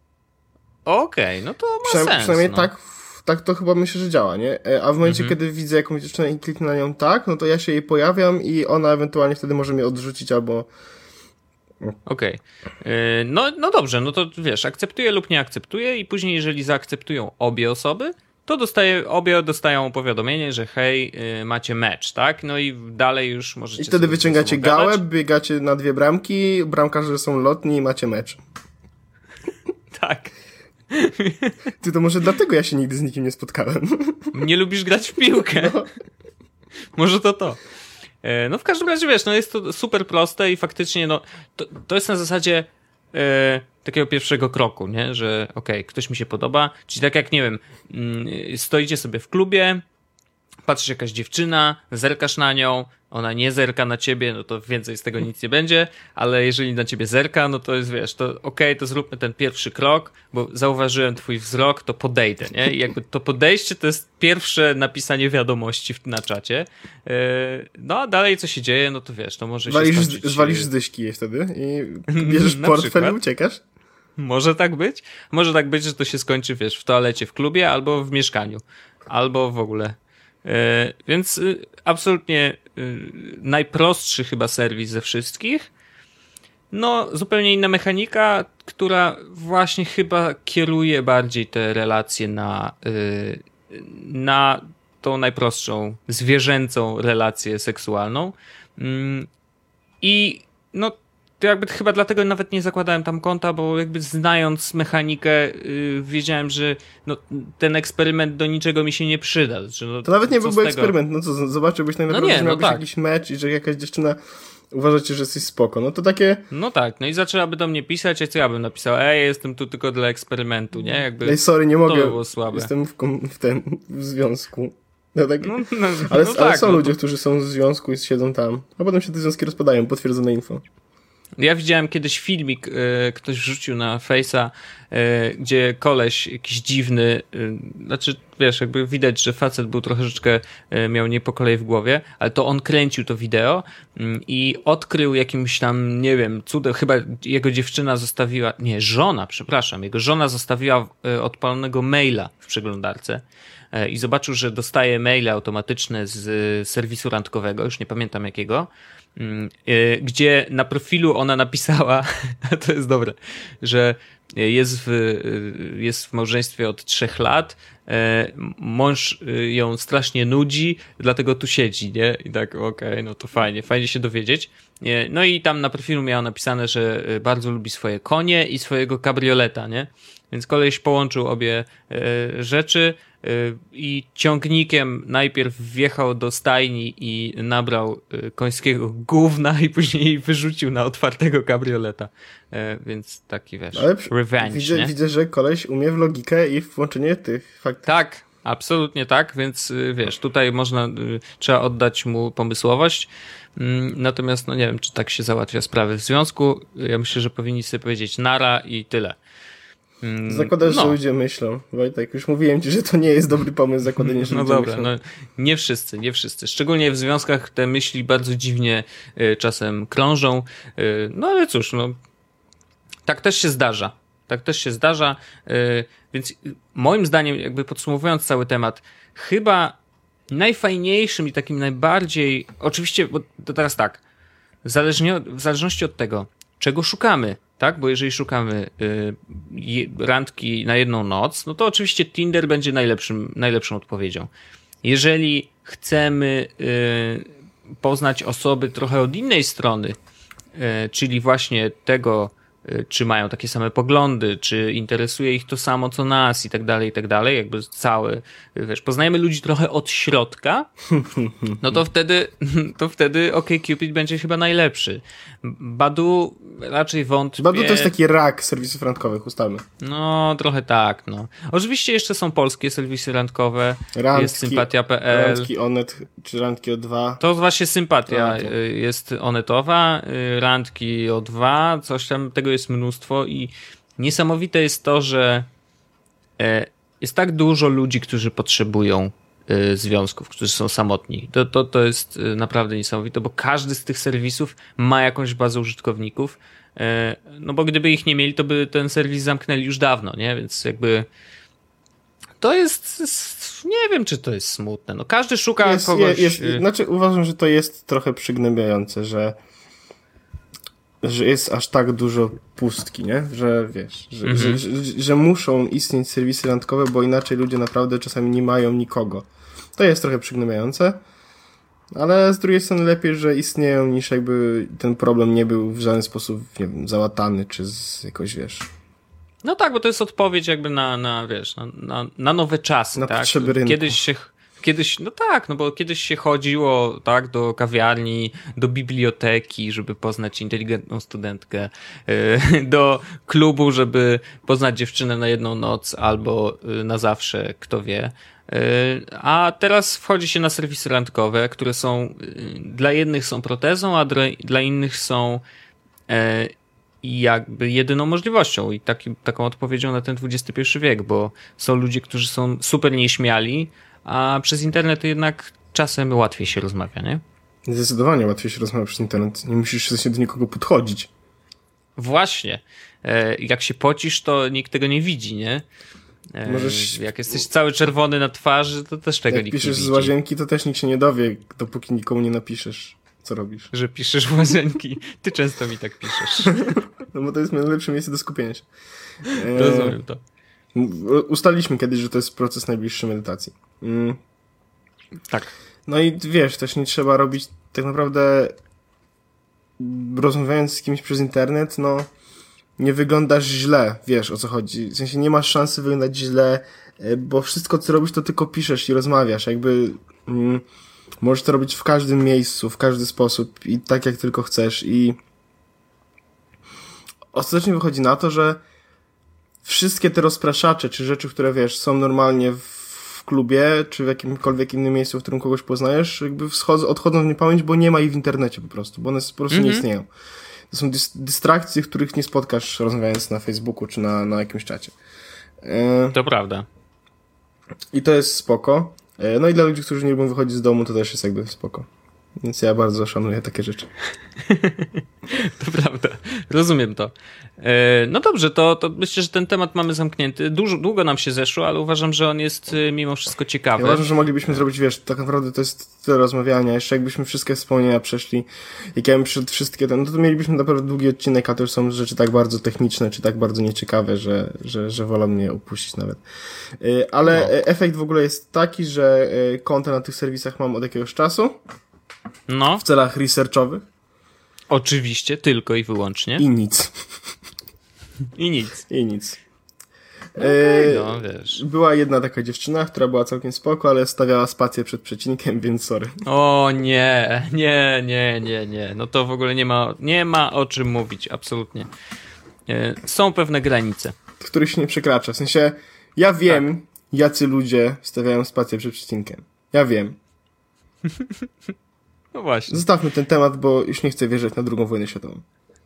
Okej, no to ma sens. Przynajmniej tak to chyba myślę, że działa, nie? A w momencie, kiedy widzę jakąś dziewczynę i kliknę na nią tak, no to ja się jej pojawiam i ona ewentualnie wtedy może mnie odrzucić albo... Okej. No dobrze, no to wiesz, akceptuję lub nie akceptuję i później jeżeli zaakceptują obie osoby, to obie dostają powiadomienie, że hej, macie mecz, tak? No i dalej już możecie... I wtedy wyciągacie gałę, biegacie na 2 bramki, bramkarze są lotni i macie mecz. Tak. Ty, to może dlatego ja się nigdy z nikim nie spotkałem. Nie lubisz grać w piłkę. No. Może to. No w każdym razie, wiesz, no jest to super proste i faktycznie, no to jest na zasadzie takiego pierwszego kroku, nie? Że okej, ktoś mi się podoba, czyli tak jak, nie wiem, stoicie sobie w klubie, patrzysz jakaś dziewczyna, zerkasz na nią, ona nie zerka na ciebie, no to więcej z tego nic nie będzie, ale jeżeli na ciebie zerka, no to jest, wiesz, to to zróbmy ten pierwszy krok, bo zauważyłem twój wzrok, to podejdę, nie? I jakby to podejście to jest pierwsze napisanie wiadomości na czacie. No a dalej co się dzieje, no to wiesz, to może się skończyć... Zwalisz z dyszki je wtedy i bierzesz portfel i uciekasz? Może tak być. Może tak być, że to się skończy, wiesz, w toalecie w klubie albo w mieszkaniu. Albo w ogóle... Więc absolutnie najprostszy chyba serwis ze wszystkich. No, zupełnie inna mechanika, która właśnie chyba kieruje bardziej te relacje na tą najprostszą, zwierzęcą relację seksualną. I no, to jakby chyba dlatego nawet nie zakładałem tam konta, bo jakby znając mechanikę wiedziałem, że no, ten eksperyment do niczego mi się nie przyda. Że no, to nawet nie byłby eksperyment, no co, zobaczyłbyś najpierw, że miałbyś tak. jakiś mecz i że jakaś dziewczyna uważacie, że jesteś spoko. No to takie... No tak, no i zaczęłaby do mnie pisać, a co ja bym napisał? Jestem tu tylko dla eksperymentu, nie? Jakby Ej, sorry, nie to mogę. by było słabe. Jestem w związku. No tak... No ale tak, są no ludzie, to... którzy są w związku i siedzą tam. A potem się te związki rozpadają, potwierdzone info. Ja widziałem kiedyś filmik, ktoś wrzucił na Face'a, gdzie koleś jakiś dziwny, znaczy wiesz, jakby widać, że facet był troszeczkę, miał nie po kolei w głowie, ale to on kręcił to wideo i odkrył jakimś tam, nie wiem, cudem, chyba jego dziewczyna zostawiła, nie, żona, przepraszam, jego żona zostawiła odpalonego maila w przeglądarce i zobaczył, że dostaje maile automatyczne z serwisu randkowego, już nie pamiętam jakiego, gdzie na profilu ona napisała, a to jest dobre, że jest w małżeństwie od 3 lat, mąż ją strasznie nudzi, dlatego tu siedzi, nie? I tak, okej, no to fajnie się dowiedzieć. No i tam na profilu miała napisane, że bardzo lubi swoje konie i swojego kabrioleta, nie? Więc koleś połączył obie rzeczy i ciągnikiem najpierw wjechał do stajni i nabrał końskiego gówna i później wyrzucił na otwartego kabrioleta. Więc taki, wiesz, Ale revenge, nie? Widzę, że koleś umie w logikę i w włączenie tych faktów. Tak, absolutnie tak, więc wiesz, tutaj trzeba oddać mu pomysłowość. Natomiast, no nie wiem, czy tak się załatwia sprawy w związku. Ja myślę, że powinni sobie powiedzieć nara i tyle. Zakładasz, że ludzie myślą. Wojtek, już mówiłem ci, że to nie jest dobry pomysł zakładanie, że ludzie dobra, myślą. no nie wszyscy. Szczególnie w związkach te myśli bardzo dziwnie czasem krążą. No ale cóż, no tak też się zdarza. Więc moim zdaniem, jakby podsumowując cały temat, chyba najfajniejszym i takim najbardziej, oczywiście, bo to teraz tak, w zależności od tego, czego szukamy, tak? Bo jeżeli szukamy randki na jedną noc, no to oczywiście Tinder będzie najlepszą odpowiedzią. Jeżeli chcemy poznać osoby trochę od innej strony, czyli właśnie tego, czy mają takie same poglądy, czy interesuje ich to samo, co nas i tak dalej, jakby wiesz, poznajemy ludzi trochę od środka, no to wtedy OkCupid będzie chyba najlepszy. Badoo raczej wątpię. Badoo to jest taki rak serwisów randkowych, ustalmy. No, trochę tak, no. Oczywiście jeszcze są polskie serwisy randkowe, Randki, jest sympatia.pl. Randki Onet, czy Randki O2. To właśnie Sympatia No, to. jest onetowa, Randki O2, coś tam, tego jest mnóstwo i niesamowite jest to, że jest tak dużo ludzi, którzy potrzebują związków, którzy są samotni. To jest naprawdę niesamowite, bo każdy z tych serwisów ma jakąś bazę użytkowników, no bo gdyby ich nie mieli, to by ten serwis zamknęli już dawno, nie? Więc jakby to jest, nie wiem, czy to jest smutne. No każdy szuka kogoś... Znaczy uważam, że to jest trochę przygnębiające, że jest aż tak dużo pustki, nie? Że wiesz, że muszą istnieć serwisy randkowe, bo inaczej ludzie naprawdę czasami nie mają nikogo. To jest trochę przygnębiające, ale z drugiej strony lepiej, że istnieją, niż jakby ten problem nie był w żaden sposób, nie wiem, załatany, czy jakoś, wiesz... No tak, bo to jest odpowiedź jakby na nowe czasy, na tak? potrzeby rynku. No tak, no bo kiedyś się chodziło, tak, do kawiarni, do biblioteki, żeby poznać inteligentną studentkę, do klubu, żeby poznać dziewczynę na jedną noc albo na zawsze, kto wie. A teraz wchodzi się na serwisy randkowe, które są, dla jednych są protezą, a dla innych są jakby jedyną możliwością i taką odpowiedzią na ten XXI wiek, bo są ludzie, którzy są super nieśmiali, a przez internet jednak czasem łatwiej się rozmawia, nie? Zdecydowanie łatwiej się rozmawia przez internet. Nie musisz się do nikogo podchodzić. Właśnie. Jak się pocisz, to nikt tego nie widzi, nie? Jak jesteś cały czerwony na twarzy, to też tego nikt nie widzi. Jak piszesz z łazienki, to też nikt się nie dowie, dopóki nikomu nie napiszesz, co robisz. Że piszesz w łazienki. Ty często mi tak piszesz. No bo to jest najlepsze miejsce do skupienia się. Rozumiem to. Ustaliliśmy kiedyś, że to jest proces najbliższy medytacji. Tak. No i wiesz, też nie trzeba robić tak naprawdę, rozmawiając z kimś przez internet, no nie wyglądasz źle, wiesz o co chodzi. W sensie nie masz szansy wyglądać źle, bo wszystko co robisz to tylko piszesz i rozmawiasz, jakby Możesz to robić w każdym miejscu, w każdy sposób i tak jak tylko chcesz i ostatecznie wychodzi na to, że wszystkie te rozpraszacze, czy rzeczy, które wiesz, są normalnie w klubie, czy w jakimkolwiek innym miejscu, w którym kogoś poznajesz, jakby odchodzą w niepamięć, bo nie ma ich w internecie po prostu, bo one po prostu nie istnieją. To są dystrakcje, których nie spotkasz rozmawiając na Facebooku, czy na jakimś czacie. To prawda. I to jest spoko. No i dla ludzi, którzy nie lubią wychodzić z domu, to też jest jakby spoko. Więc ja bardzo szanuję takie rzeczy. To prawda, rozumiem to. No dobrze, to myślę, że ten temat mamy zamknięty. Długo nam się zeszło, ale uważam, że on jest mimo wszystko ciekawy. Ja uważam, że moglibyśmy zrobić, wiesz, tak naprawdę to jest tyle rozmawiania. Jeszcze jakbyśmy wszystkie wspomnienia przeszli, jak ja bym przyszedł wszystkie, no to mielibyśmy naprawdę długi odcinek, a to już są rzeczy tak bardzo techniczne, czy tak bardzo nieciekawe, że wolę mnie opuścić nawet. Ale efekt w ogóle jest taki, że konta na tych serwisach mam od jakiegoś czasu. No. W celach researchowych. Oczywiście, tylko i wyłącznie. I nic. I nic. I nic. No, wiesz. Była jedna taka dziewczyna, która była całkiem spoko, ale stawiała spację przed przecinkiem, więc sorry. O nie. No to w ogóle nie ma o czym mówić, absolutnie. Są pewne granice. Których się nie przekracza. W sensie, ja wiem, jacy ludzie stawiają spację przed przecinkiem. Ja wiem. No właśnie. Zostawmy ten temat, bo już nie chcę wierzyć na II wojnę światową.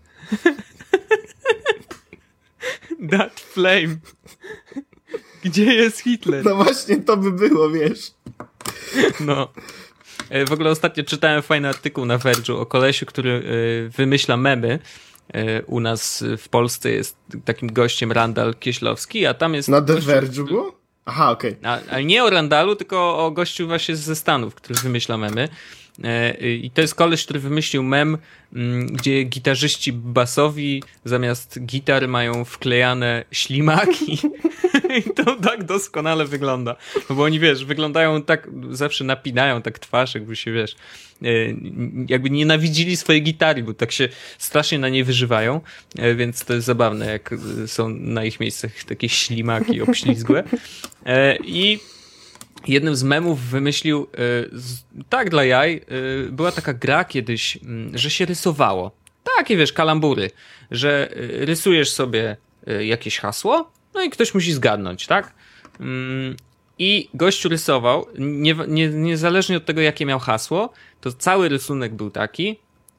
That flame. Gdzie jest Hitler? No właśnie, to by było, wiesz. No. W ogóle ostatnio czytałem fajny artykuł na Verge'u o kolesiu, który wymyśla memy. U nas w Polsce jest takim gościem Randall Kieślowski, a tam jest... Na The Verge'u było? Aha, okej. Ale nie o Randalu, tylko o gościu właśnie ze Stanów, który wymyśla memy. I to jest koleś, który wymyślił mem, gdzie gitarzyści basowi zamiast gitar mają wklejane ślimaki. I to tak doskonale wygląda. No bo oni, wiesz, wyglądają tak, zawsze napinają tak twarz, jakby się, wiesz, jakby nienawidzili swojej gitary, bo tak się strasznie na niej wyżywają, więc to jest zabawne, jak są na ich miejscach takie ślimaki obślizgłe. I jednym z memów wymyślił, tak dla jaj, była taka gra kiedyś, że się rysowało. Takie, wiesz, kalambury, że rysujesz sobie jakieś hasło, no i ktoś musi zgadnąć, tak? I gościu rysował, niezależnie od tego, jakie miał hasło, to cały rysunek był taki,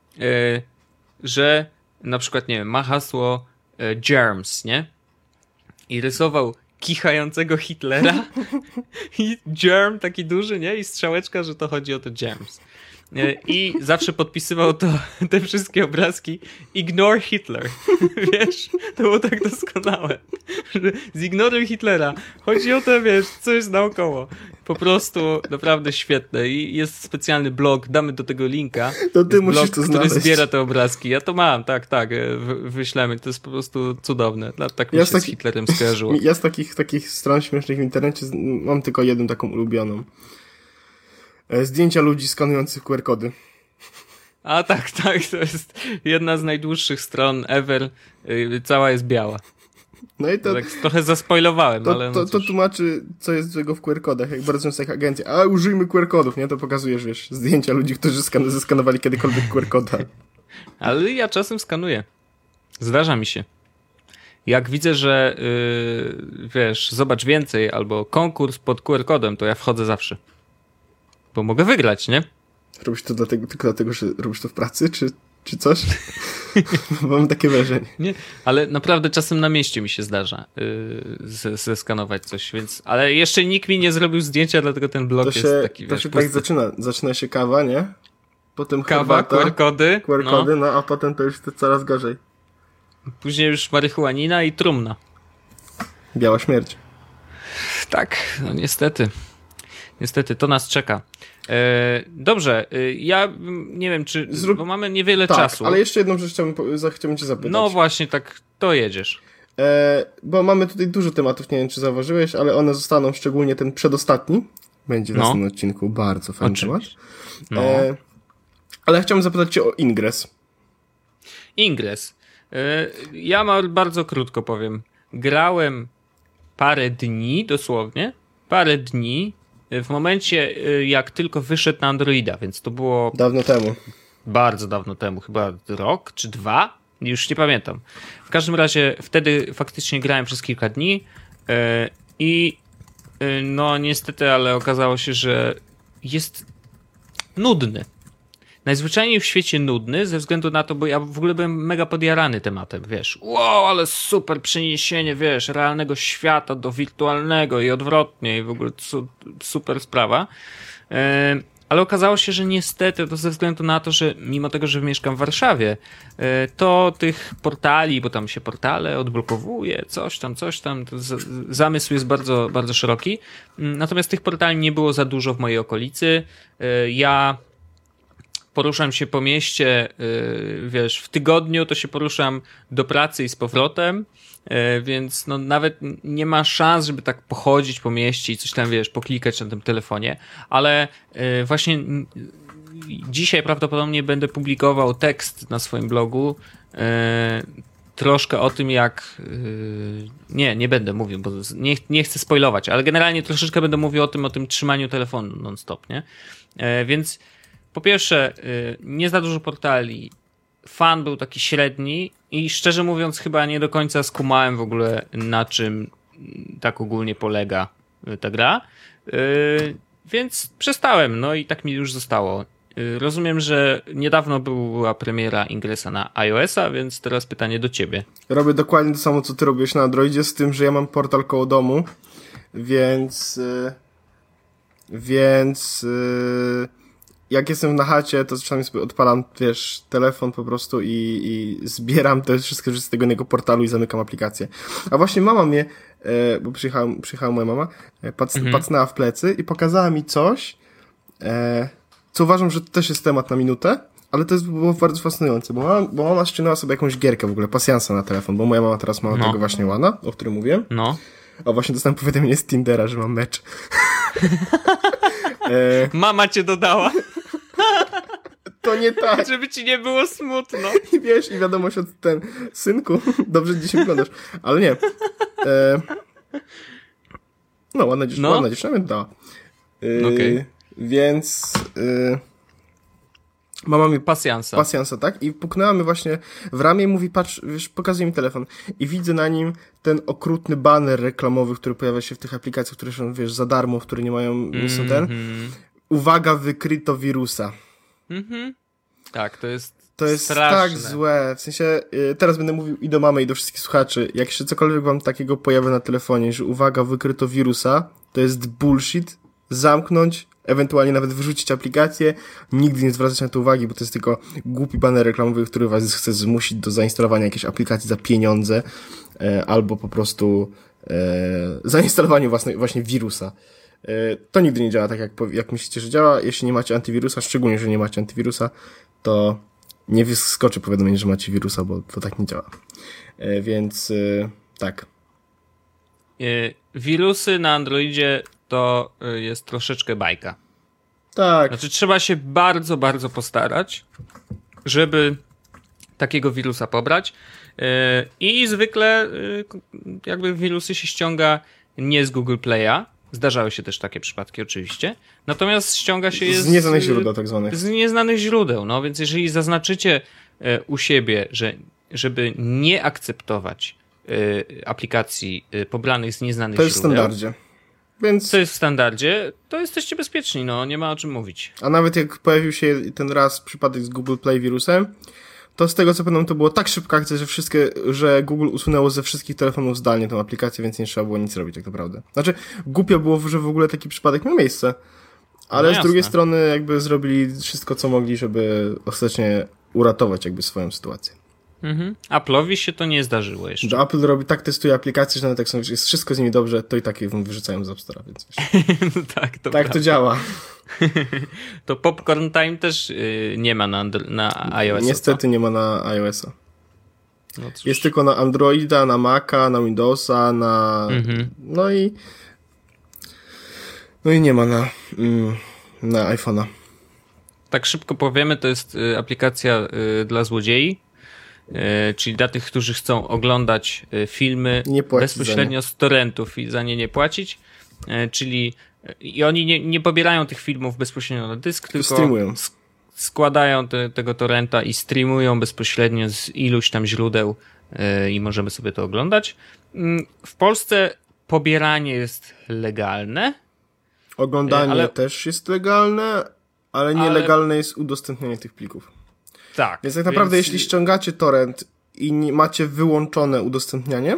że na przykład, nie wiem, ma hasło germs, nie? I rysował kichającego Hitlera i germ taki duży, nie? I strzałeczka, że to chodzi o te germs. I zawsze podpisywał te wszystkie obrazki Ignore Hitler. Wiesz? To było tak doskonałe. Że zignoruj Hitlera. Chodzi o to, wiesz, co jest naokoło. Po prostu naprawdę świetne. I jest specjalny blog, damy do tego linka. To ty jest musisz blog, to znaleźć. który zbiera te obrazki. Ja to mam, tak, wyślemy. To jest po prostu cudowne. Tak mi się z Hitlerem skojarzyło. Ja z takich stron śmiesznych w internecie mam tylko jedną taką ulubioną. Zdjęcia ludzi skanujących QR-kody. A tak, to jest jedna z najdłuższych stron ever. Cała jest biała. No i to tak trochę zaspoilowałem, ale no to tłumaczy, co jest złego w QR-kodach, jak bardzo często jak agencja, a użyjmy QR-kodów, nie? To pokazujesz, wiesz, zdjęcia ludzi, którzy zeskanowali kiedykolwiek QR-koda. Ale ja czasem skanuję. Zdarza mi się. Jak widzę, że wiesz, zobacz więcej, albo konkurs pod QR-kodem, to ja wchodzę zawsze. Bo mogę wygrać, nie? Robisz to tylko dlatego, że robisz to w pracy, czy coś? Mam takie wrażenie. Nie, ale naprawdę czasem na mieście mi się zdarza zeskanować coś, więc... Ale jeszcze nikt mi nie zrobił zdjęcia, dlatego ten blog jest taki, to wiesz, się pusty. tak zaczyna. Zaczyna się kawa, nie? Potem kawa, herbata, QR-kody, no a potem to już to coraz gorzej. Później już marihuanina i trumna. Biała śmierć. Tak, no niestety. Niestety, to nas czeka. Dobrze, ja nie wiem, czy... bo mamy niewiele czasu. Ale jeszcze jedną rzecz chciałbym cię zapytać. No właśnie, tak, to jedziesz. Bo mamy tutaj dużo tematów, nie wiem, czy zauważyłeś, ale one zostaną, szczególnie ten przedostatni. Będzie w następnym odcinku bardzo fajny temat. No. Ale chciałbym zapytać cię o Ingress. Ingress. Ja bardzo krótko powiem. Grałem parę dni, dosłownie. Parę dni. w momencie, jak tylko wyszedł na Androida, więc to było Dawno temu. bardzo dawno temu, chyba rok czy 2, już nie pamiętam. W każdym razie wtedy faktycznie grałem przez kilka dni i no niestety, ale okazało się, że jest nudny. Najzwyczajniej w świecie nudny, ze względu na to, bo ja w ogóle byłem mega podjarany tematem, wiesz. Wow, ale super przeniesienie, wiesz, realnego świata do wirtualnego i odwrotnie i w ogóle super sprawa. Ale okazało się, że niestety to ze względu na to, że mimo tego, że mieszkam w Warszawie, to tych portali, bo tam się portale odblokowuje, coś tam, zamysł jest bardzo, bardzo szeroki. Natomiast tych portali nie było za dużo w mojej okolicy. Ja poruszam się po mieście, wiesz, w tygodniu to się poruszam do pracy i z powrotem, więc no nawet nie ma szans, żeby tak pochodzić po mieście i coś tam, wiesz, poklikać na tym telefonie, ale właśnie dzisiaj prawdopodobnie będę publikował tekst na swoim blogu, troszkę o tym, jak... Nie będę mówił, bo nie chcę spoilować, ale generalnie troszeczkę będę mówił o tym trzymaniu telefonu non-stop, nie? Więc po pierwsze, nie za dużo portali, fan był taki średni i szczerze mówiąc chyba nie do końca skumałem w ogóle, na czym tak ogólnie polega ta gra, więc przestałem, no i tak mi już zostało. Rozumiem, że niedawno była premiera Ingresa na iOS-a, więc teraz pytanie do ciebie. Robię dokładnie to samo, co ty robisz na Androidzie, z tym, że ja mam portal koło domu, więc jak jestem na chacie, to czasami sobie odpalam, wiesz, telefon po prostu i zbieram te wszystkie rzeczy z tego innego portalu i zamykam aplikację. A właśnie mama mnie, bo przyjechała moja mama, pacnęła w plecy i pokazała mi coś, co uważam, że to też jest temat na minutę, ale to było bardzo fascynujące, bo mama ściągnęła sobie jakąś gierkę w ogóle, pasjansa na telefon, bo moja mama teraz ma tego właśnie łana, o którym mówiłem. No. O, właśnie dostałem powiadomienie z Tindera, że mam mecz. Mama cię dodała. To nie tak. Żeby ci nie było smutno. I wiesz, i wiadomość od synku, dobrze dzisiaj wyglądasz, ale nie. No, ładna dziewczyna mnie dała. Okej. Więc mama mi pasjansa, tak? I puknęła mi właśnie w ramię i mówi, patrz, wiesz, pokazuje mi telefon. I widzę na nim ten okrutny baner reklamowy, który pojawia się w tych aplikacjach, które są, wiesz, za darmo, które nie mają, nie są Uwaga, wykryto wirusa. Tak, to jest straszne. Tak złe. W sensie, teraz będę mówił i do mamy, i do wszystkich słuchaczy. Jak się cokolwiek wam takiego pojawia na telefonie, że uwaga, wykryto wirusa, to jest bullshit. Zamknąć, ewentualnie nawet wyrzucić aplikację, nigdy nie zwracać na to uwagi, bo to jest tylko głupi baner reklamowy, który was chce zmusić do zainstalowania jakiejś aplikacji za pieniądze, albo po prostu zainstalowania właśnie wirusa. To nigdy nie działa tak, jak myślicie, że działa. Jeśli nie macie antywirusa, szczególnie, że nie macie antywirusa, to nie wyskoczy powiadomienie, że macie wirusa, bo to tak nie działa. Więc tak. Wirusy na Androidzie to jest troszeczkę bajka. Tak. Znaczy trzeba się bardzo, bardzo postarać, żeby takiego wirusa pobrać. I zwykle jakby wirusy się ściąga nie z Google Play'a. Zdarzały się też takie przypadki oczywiście. Natomiast ściąga się je z nieznanych źródeł tak zwanych. Z nieznanych źródeł. No więc jeżeli zaznaczycie u siebie, żeby nie akceptować aplikacji pobranych z nieznanych źródeł. To jest w standardzie. Więc... To jest w standardzie, to jesteście bezpieczni, no nie ma o czym mówić. A nawet jak pojawił się ten raz przypadek z Google Play wirusem, to z tego co pamiętam to było tak szybka akcja, że Google usunęło ze wszystkich telefonów zdalnie tę aplikację, więc nie trzeba było nic robić tak naprawdę. Znaczy, głupio było, że w ogóle taki przypadek miał miejsce, ale z drugiej strony jakby zrobili wszystko co mogli, żeby ostatecznie uratować jakby swoją sytuację. Apple'owi się to nie zdarzyło jeszcze. Że Apple testuje aplikacje, że nawet jak jest wszystko z nimi dobrze, to i tak je wyrzucają z App Store'a, więc no tak, tak to działa. To Popcorn Time też nie ma na iOS-a. Niestety nie ma na iOS-a. No jest tylko na Androida, na Maca, na Windowsa, no i nie ma na iPhone'a. Tak szybko powiemy, to jest aplikacja dla złodziei. Czyli dla tych, którzy chcą oglądać filmy bezpośrednio z torrentów i za nie płacić. Czyli I oni nie pobierają tych filmów bezpośrednio na dysk, tylko streamują. Składają tego torrenta i streamują bezpośrednio z iluś tam źródeł i możemy sobie to oglądać. W Polsce pobieranie jest legalne. Oglądanie też jest legalne, ale nielegalne jest udostępnianie tych plików. Tak. Więc tak naprawdę jeśli ściągacie torrent i macie wyłączone udostępnianie,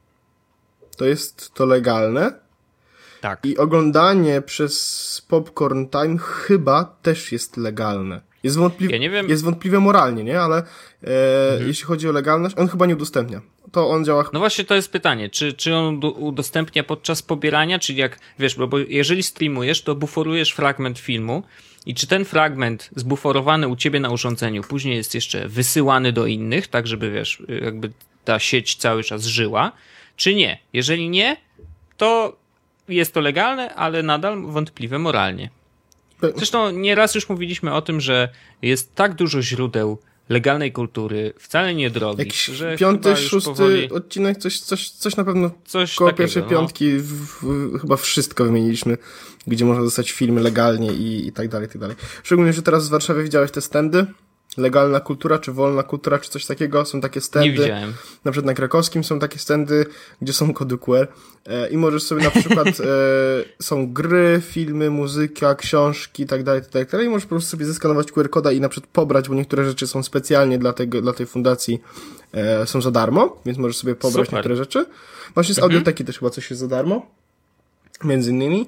to jest to legalne. Tak. I oglądanie przez Popcorn Time chyba też jest legalne. Jest wątpliwe moralnie, nie? Ale jeśli chodzi o legalność, on chyba nie udostępnia. To on działa... No właśnie to jest pytanie, czy on udostępnia podczas pobierania, czyli jak, wiesz, bo jeżeli streamujesz, to buforujesz fragment filmu i czy ten fragment zbuforowany u ciebie na urządzeniu później jest jeszcze wysyłany do innych, tak żeby, wiesz, jakby ta sieć cały czas żyła, czy nie? Jeżeli nie, to jest to legalne, ale nadal wątpliwe moralnie. Zresztą nieraz już mówiliśmy o tym, że jest tak dużo źródeł legalnej kultury, wcale nie drogich, jakiś że 5., 6. powoli... odcinek, coś na pewno coś koło takiego, pierwszej piątki chyba wszystko wymieniliśmy, gdzie można dostać filmy legalnie i tak dalej, i tak dalej. Szczególnie, że teraz w Warszawie widziałeś te standy, legalna kultura, czy wolna kultura, czy coś takiego, są takie standy. Nie widziałem. Na przykład na Krakowskim są takie standy, gdzie są kody QR i możesz sobie na przykład, są gry, filmy, muzyka, książki i tak dalej, i możesz po prostu sobie zeskanować QR koda i na przykład pobrać, bo niektóre rzeczy są specjalnie dla tej fundacji, są za darmo, więc możesz sobie pobrać niektóre rzeczy. Właśnie z audioteki też chyba coś jest za darmo, między innymi.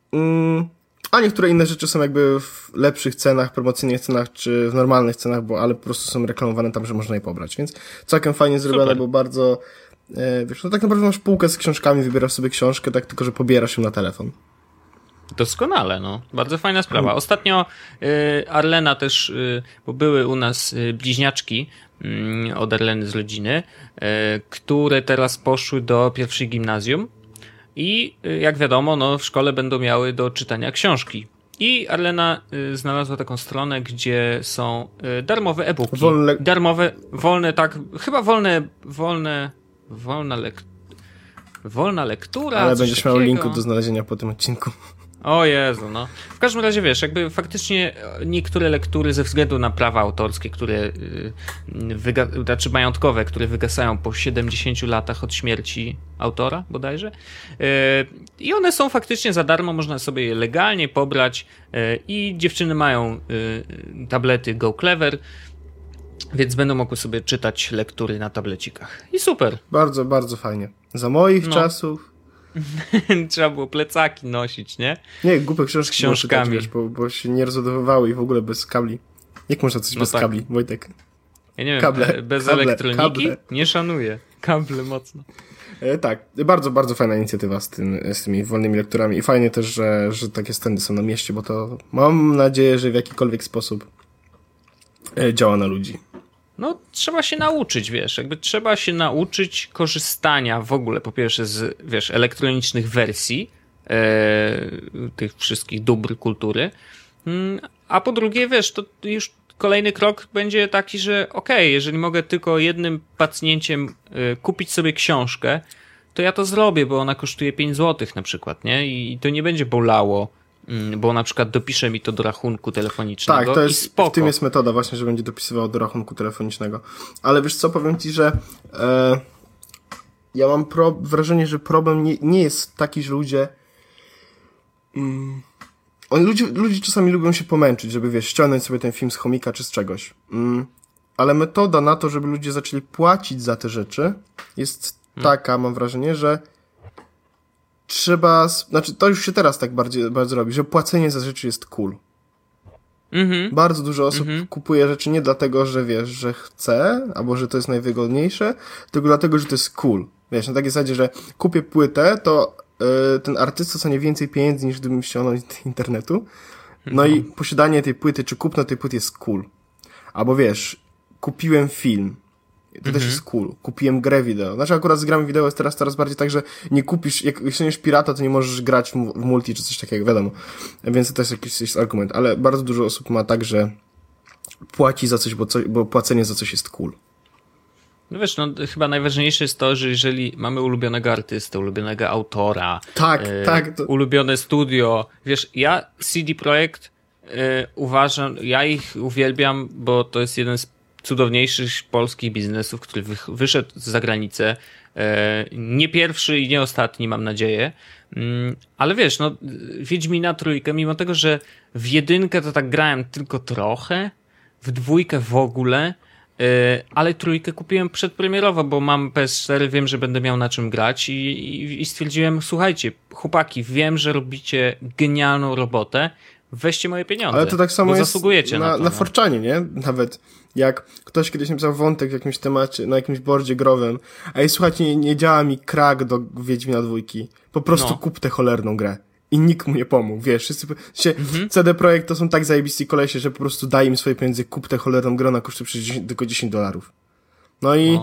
A niektóre inne rzeczy są jakby w lepszych cenach, promocyjnych cenach, czy w normalnych cenach, ale po prostu są reklamowane tam, że można je pobrać, więc całkiem fajnie zrobione, bo bardzo, wiesz, no tak naprawdę masz półkę z książkami, wybierasz sobie książkę, tak tylko, że pobierasz ją na telefon. Doskonale, no. Bardzo fajna sprawa. Ostatnio Arlena też, bo były u nas bliźniaczki od Arleny z rodziny, które teraz poszły do pierwszej gimnazjum. I jak wiadomo, no w szkole będą miały do czytania książki. I Arlena znalazła taką stronę, gdzie są darmowe e-booki. Darmowe, wolne, tak, chyba wolna lektura. Ale będziesz miał linku do znalezienia po tym odcinku. O Jezu, no. W każdym razie, wiesz, jakby faktycznie niektóre lektury ze względu na prawa autorskie, które znaczy majątkowe, które wygasają po 70 latach od śmierci autora bodajże. I one są faktycznie za darmo, można sobie je legalnie pobrać i dziewczyny mają tablety Go Clever, więc będą mogły sobie czytać lektury na tablecikach. I super. Bardzo, bardzo fajnie. Za moich czasów... Trzeba było plecaki nosić, nie? Nie, głupie książki z książkami. Czytać, wiesz, bo się nie rozładowywały i w ogóle bez kabli. Jak można coś bez kabli, Wojtek? Ja nie wiem, kable, bez kable, elektroniki? kable. Nie szanuję. Kable mocno. Tak, bardzo, bardzo fajna inicjatywa z tymi wolnymi lekturami i fajnie też, że takie standy są na mieście, bo to mam nadzieję, że w jakikolwiek sposób działa na ludzi. No, trzeba się nauczyć, wiesz, jakby trzeba się nauczyć korzystania w ogóle, po pierwsze z, wiesz, elektronicznych wersji tych wszystkich dóbr kultury, a po drugie, wiesz, to już kolejny krok będzie taki, że okej, jeżeli mogę tylko jednym pacnięciem kupić sobie książkę, to ja to zrobię, bo ona kosztuje 5 zł na przykład, nie? I to nie będzie bolało, bo na przykład dopisze mi to do rachunku telefonicznego. Tak, to jest, i spoko. w tym jest metoda właśnie, że będzie dopisywało do rachunku telefonicznego. Ale wiesz co, powiem ci, że ja mam wrażenie, że problem nie jest taki, że ludzie czasami lubią się pomęczyć, żeby, wiesz, ściągnąć sobie ten film z chomika czy z czegoś. Ale metoda na to, żeby ludzie zaczęli płacić za te rzeczy jest taka, mam wrażenie, że znaczy to już się teraz tak bardzo robi, że płacenie za rzeczy jest cool. Bardzo dużo osób kupuje rzeczy nie dlatego, że wiesz, że chce, albo że to jest najwygodniejsze, tylko dlatego, że to jest cool. Wiesz, na takiej zasadzie, że kupię płytę, to ten artysta dostanie więcej pieniędzy niż gdybym ściągnął z internetu. No i posiadanie tej płyty, czy kupno tej płyty jest cool. Albo wiesz, kupiłem film. To też jest cool. Kupiłem grę wideo. Znaczy akurat z grami wideo jest teraz coraz bardziej tak, że nie kupisz, jak ściągniesz pirata, to nie możesz grać w multi czy coś takiego, wiadomo. Więc to też jakiś argument. Ale bardzo dużo osób ma tak, że płaci za coś, bo płacenie za coś jest cool. No wiesz, no chyba najważniejsze jest to, że jeżeli mamy ulubionego artystę, ulubionego autora, Tak. ulubione studio, wiesz, ja CD Projekt uważam, ja ich uwielbiam, bo to jest jeden z cudowniejszych polskich biznesów, który wyszedł za granicę. Nie pierwszy i nie ostatni, mam nadzieję. Ale wiesz, no Wiedźmina trójkę, mimo tego, że w jedynkę to tak grałem tylko trochę, w dwójkę w ogóle, ale trójkę kupiłem przedpremierowo, bo mam PS4, wiem, że będę miał na czym grać i stwierdziłem, słuchajcie, chłopaki, wiem, że robicie genialną robotę, weźcie moje pieniądze, ale to tak samo bo jest zasługujecie na to. Na Forczanie, nie? Nawet jak ktoś kiedyś napisał wątek w jakimś temacie, na jakimś boardzie growym, ej, słuchajcie, nie działa mi crack do Wiedźmina dwójki, po prostu kup tę cholerną grę. I nikt mu nie pomógł, wiesz, wszyscy, CD Projekt to są tak zajebiści kolesie, że po prostu daj im swoje pieniądze, kup tę cholerną grę, ona kosztuje przecież tylko $10. No i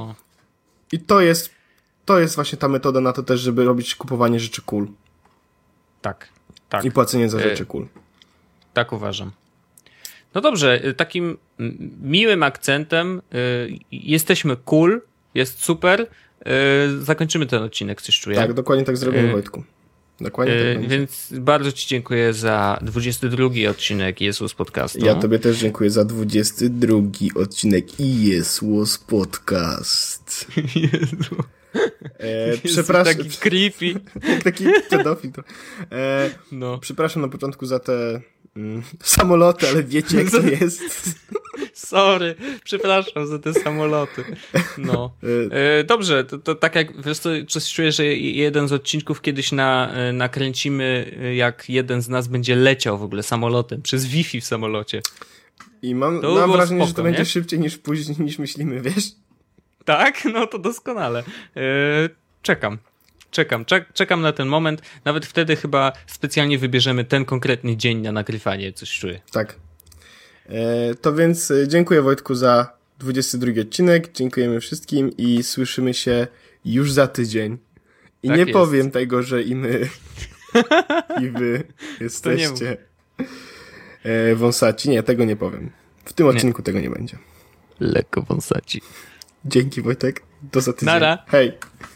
to jest właśnie ta metoda na to też, żeby robić kupowanie rzeczy cool. Tak. I płacenie za rzeczy cool. Tak uważam. No dobrze, takim miłym akcentem jesteśmy cool, jest super, zakończymy ten odcinek, coś czuję. Tak, dokładnie tak zrobimy, Wojtku. Dokładnie tak będzie. Więc bardzo ci dziękuję za 22 odcinek Jesus Podcastu. Ja tobie też dziękuję za 22 odcinek Jesus Podcast. Jezu. Przepraszam. Taki creepy. Taki pedofil. No. Przepraszam na początku za te samoloty, ale wiecie jak to jest. Sorry, przepraszam za te samoloty. No. Dobrze, to tak jak, wiesz co, czuję, że jeden z odcinków kiedyś nakręcimy, jak jeden z nas będzie leciał w ogóle samolotem, przez Wi-Fi w samolocie. I mam wrażenie, spoko, że to będzie szybciej niż później, niż myślimy, wiesz? Tak? No to doskonale. Czekam na ten moment. Nawet wtedy chyba specjalnie wybierzemy ten konkretny dzień na nagrywanie, coś czuję. Tak. To więc dziękuję Wojtku za 22 odcinek, dziękujemy wszystkim i słyszymy się już za tydzień. I tak nie powiem tego, że i my i wy jesteście wąsaci. Nie, tego nie powiem. W tym odcinku tego nie będzie. Lekko wąsaci. Dzięki Wojtek, do za tydzień. Nara. Hej.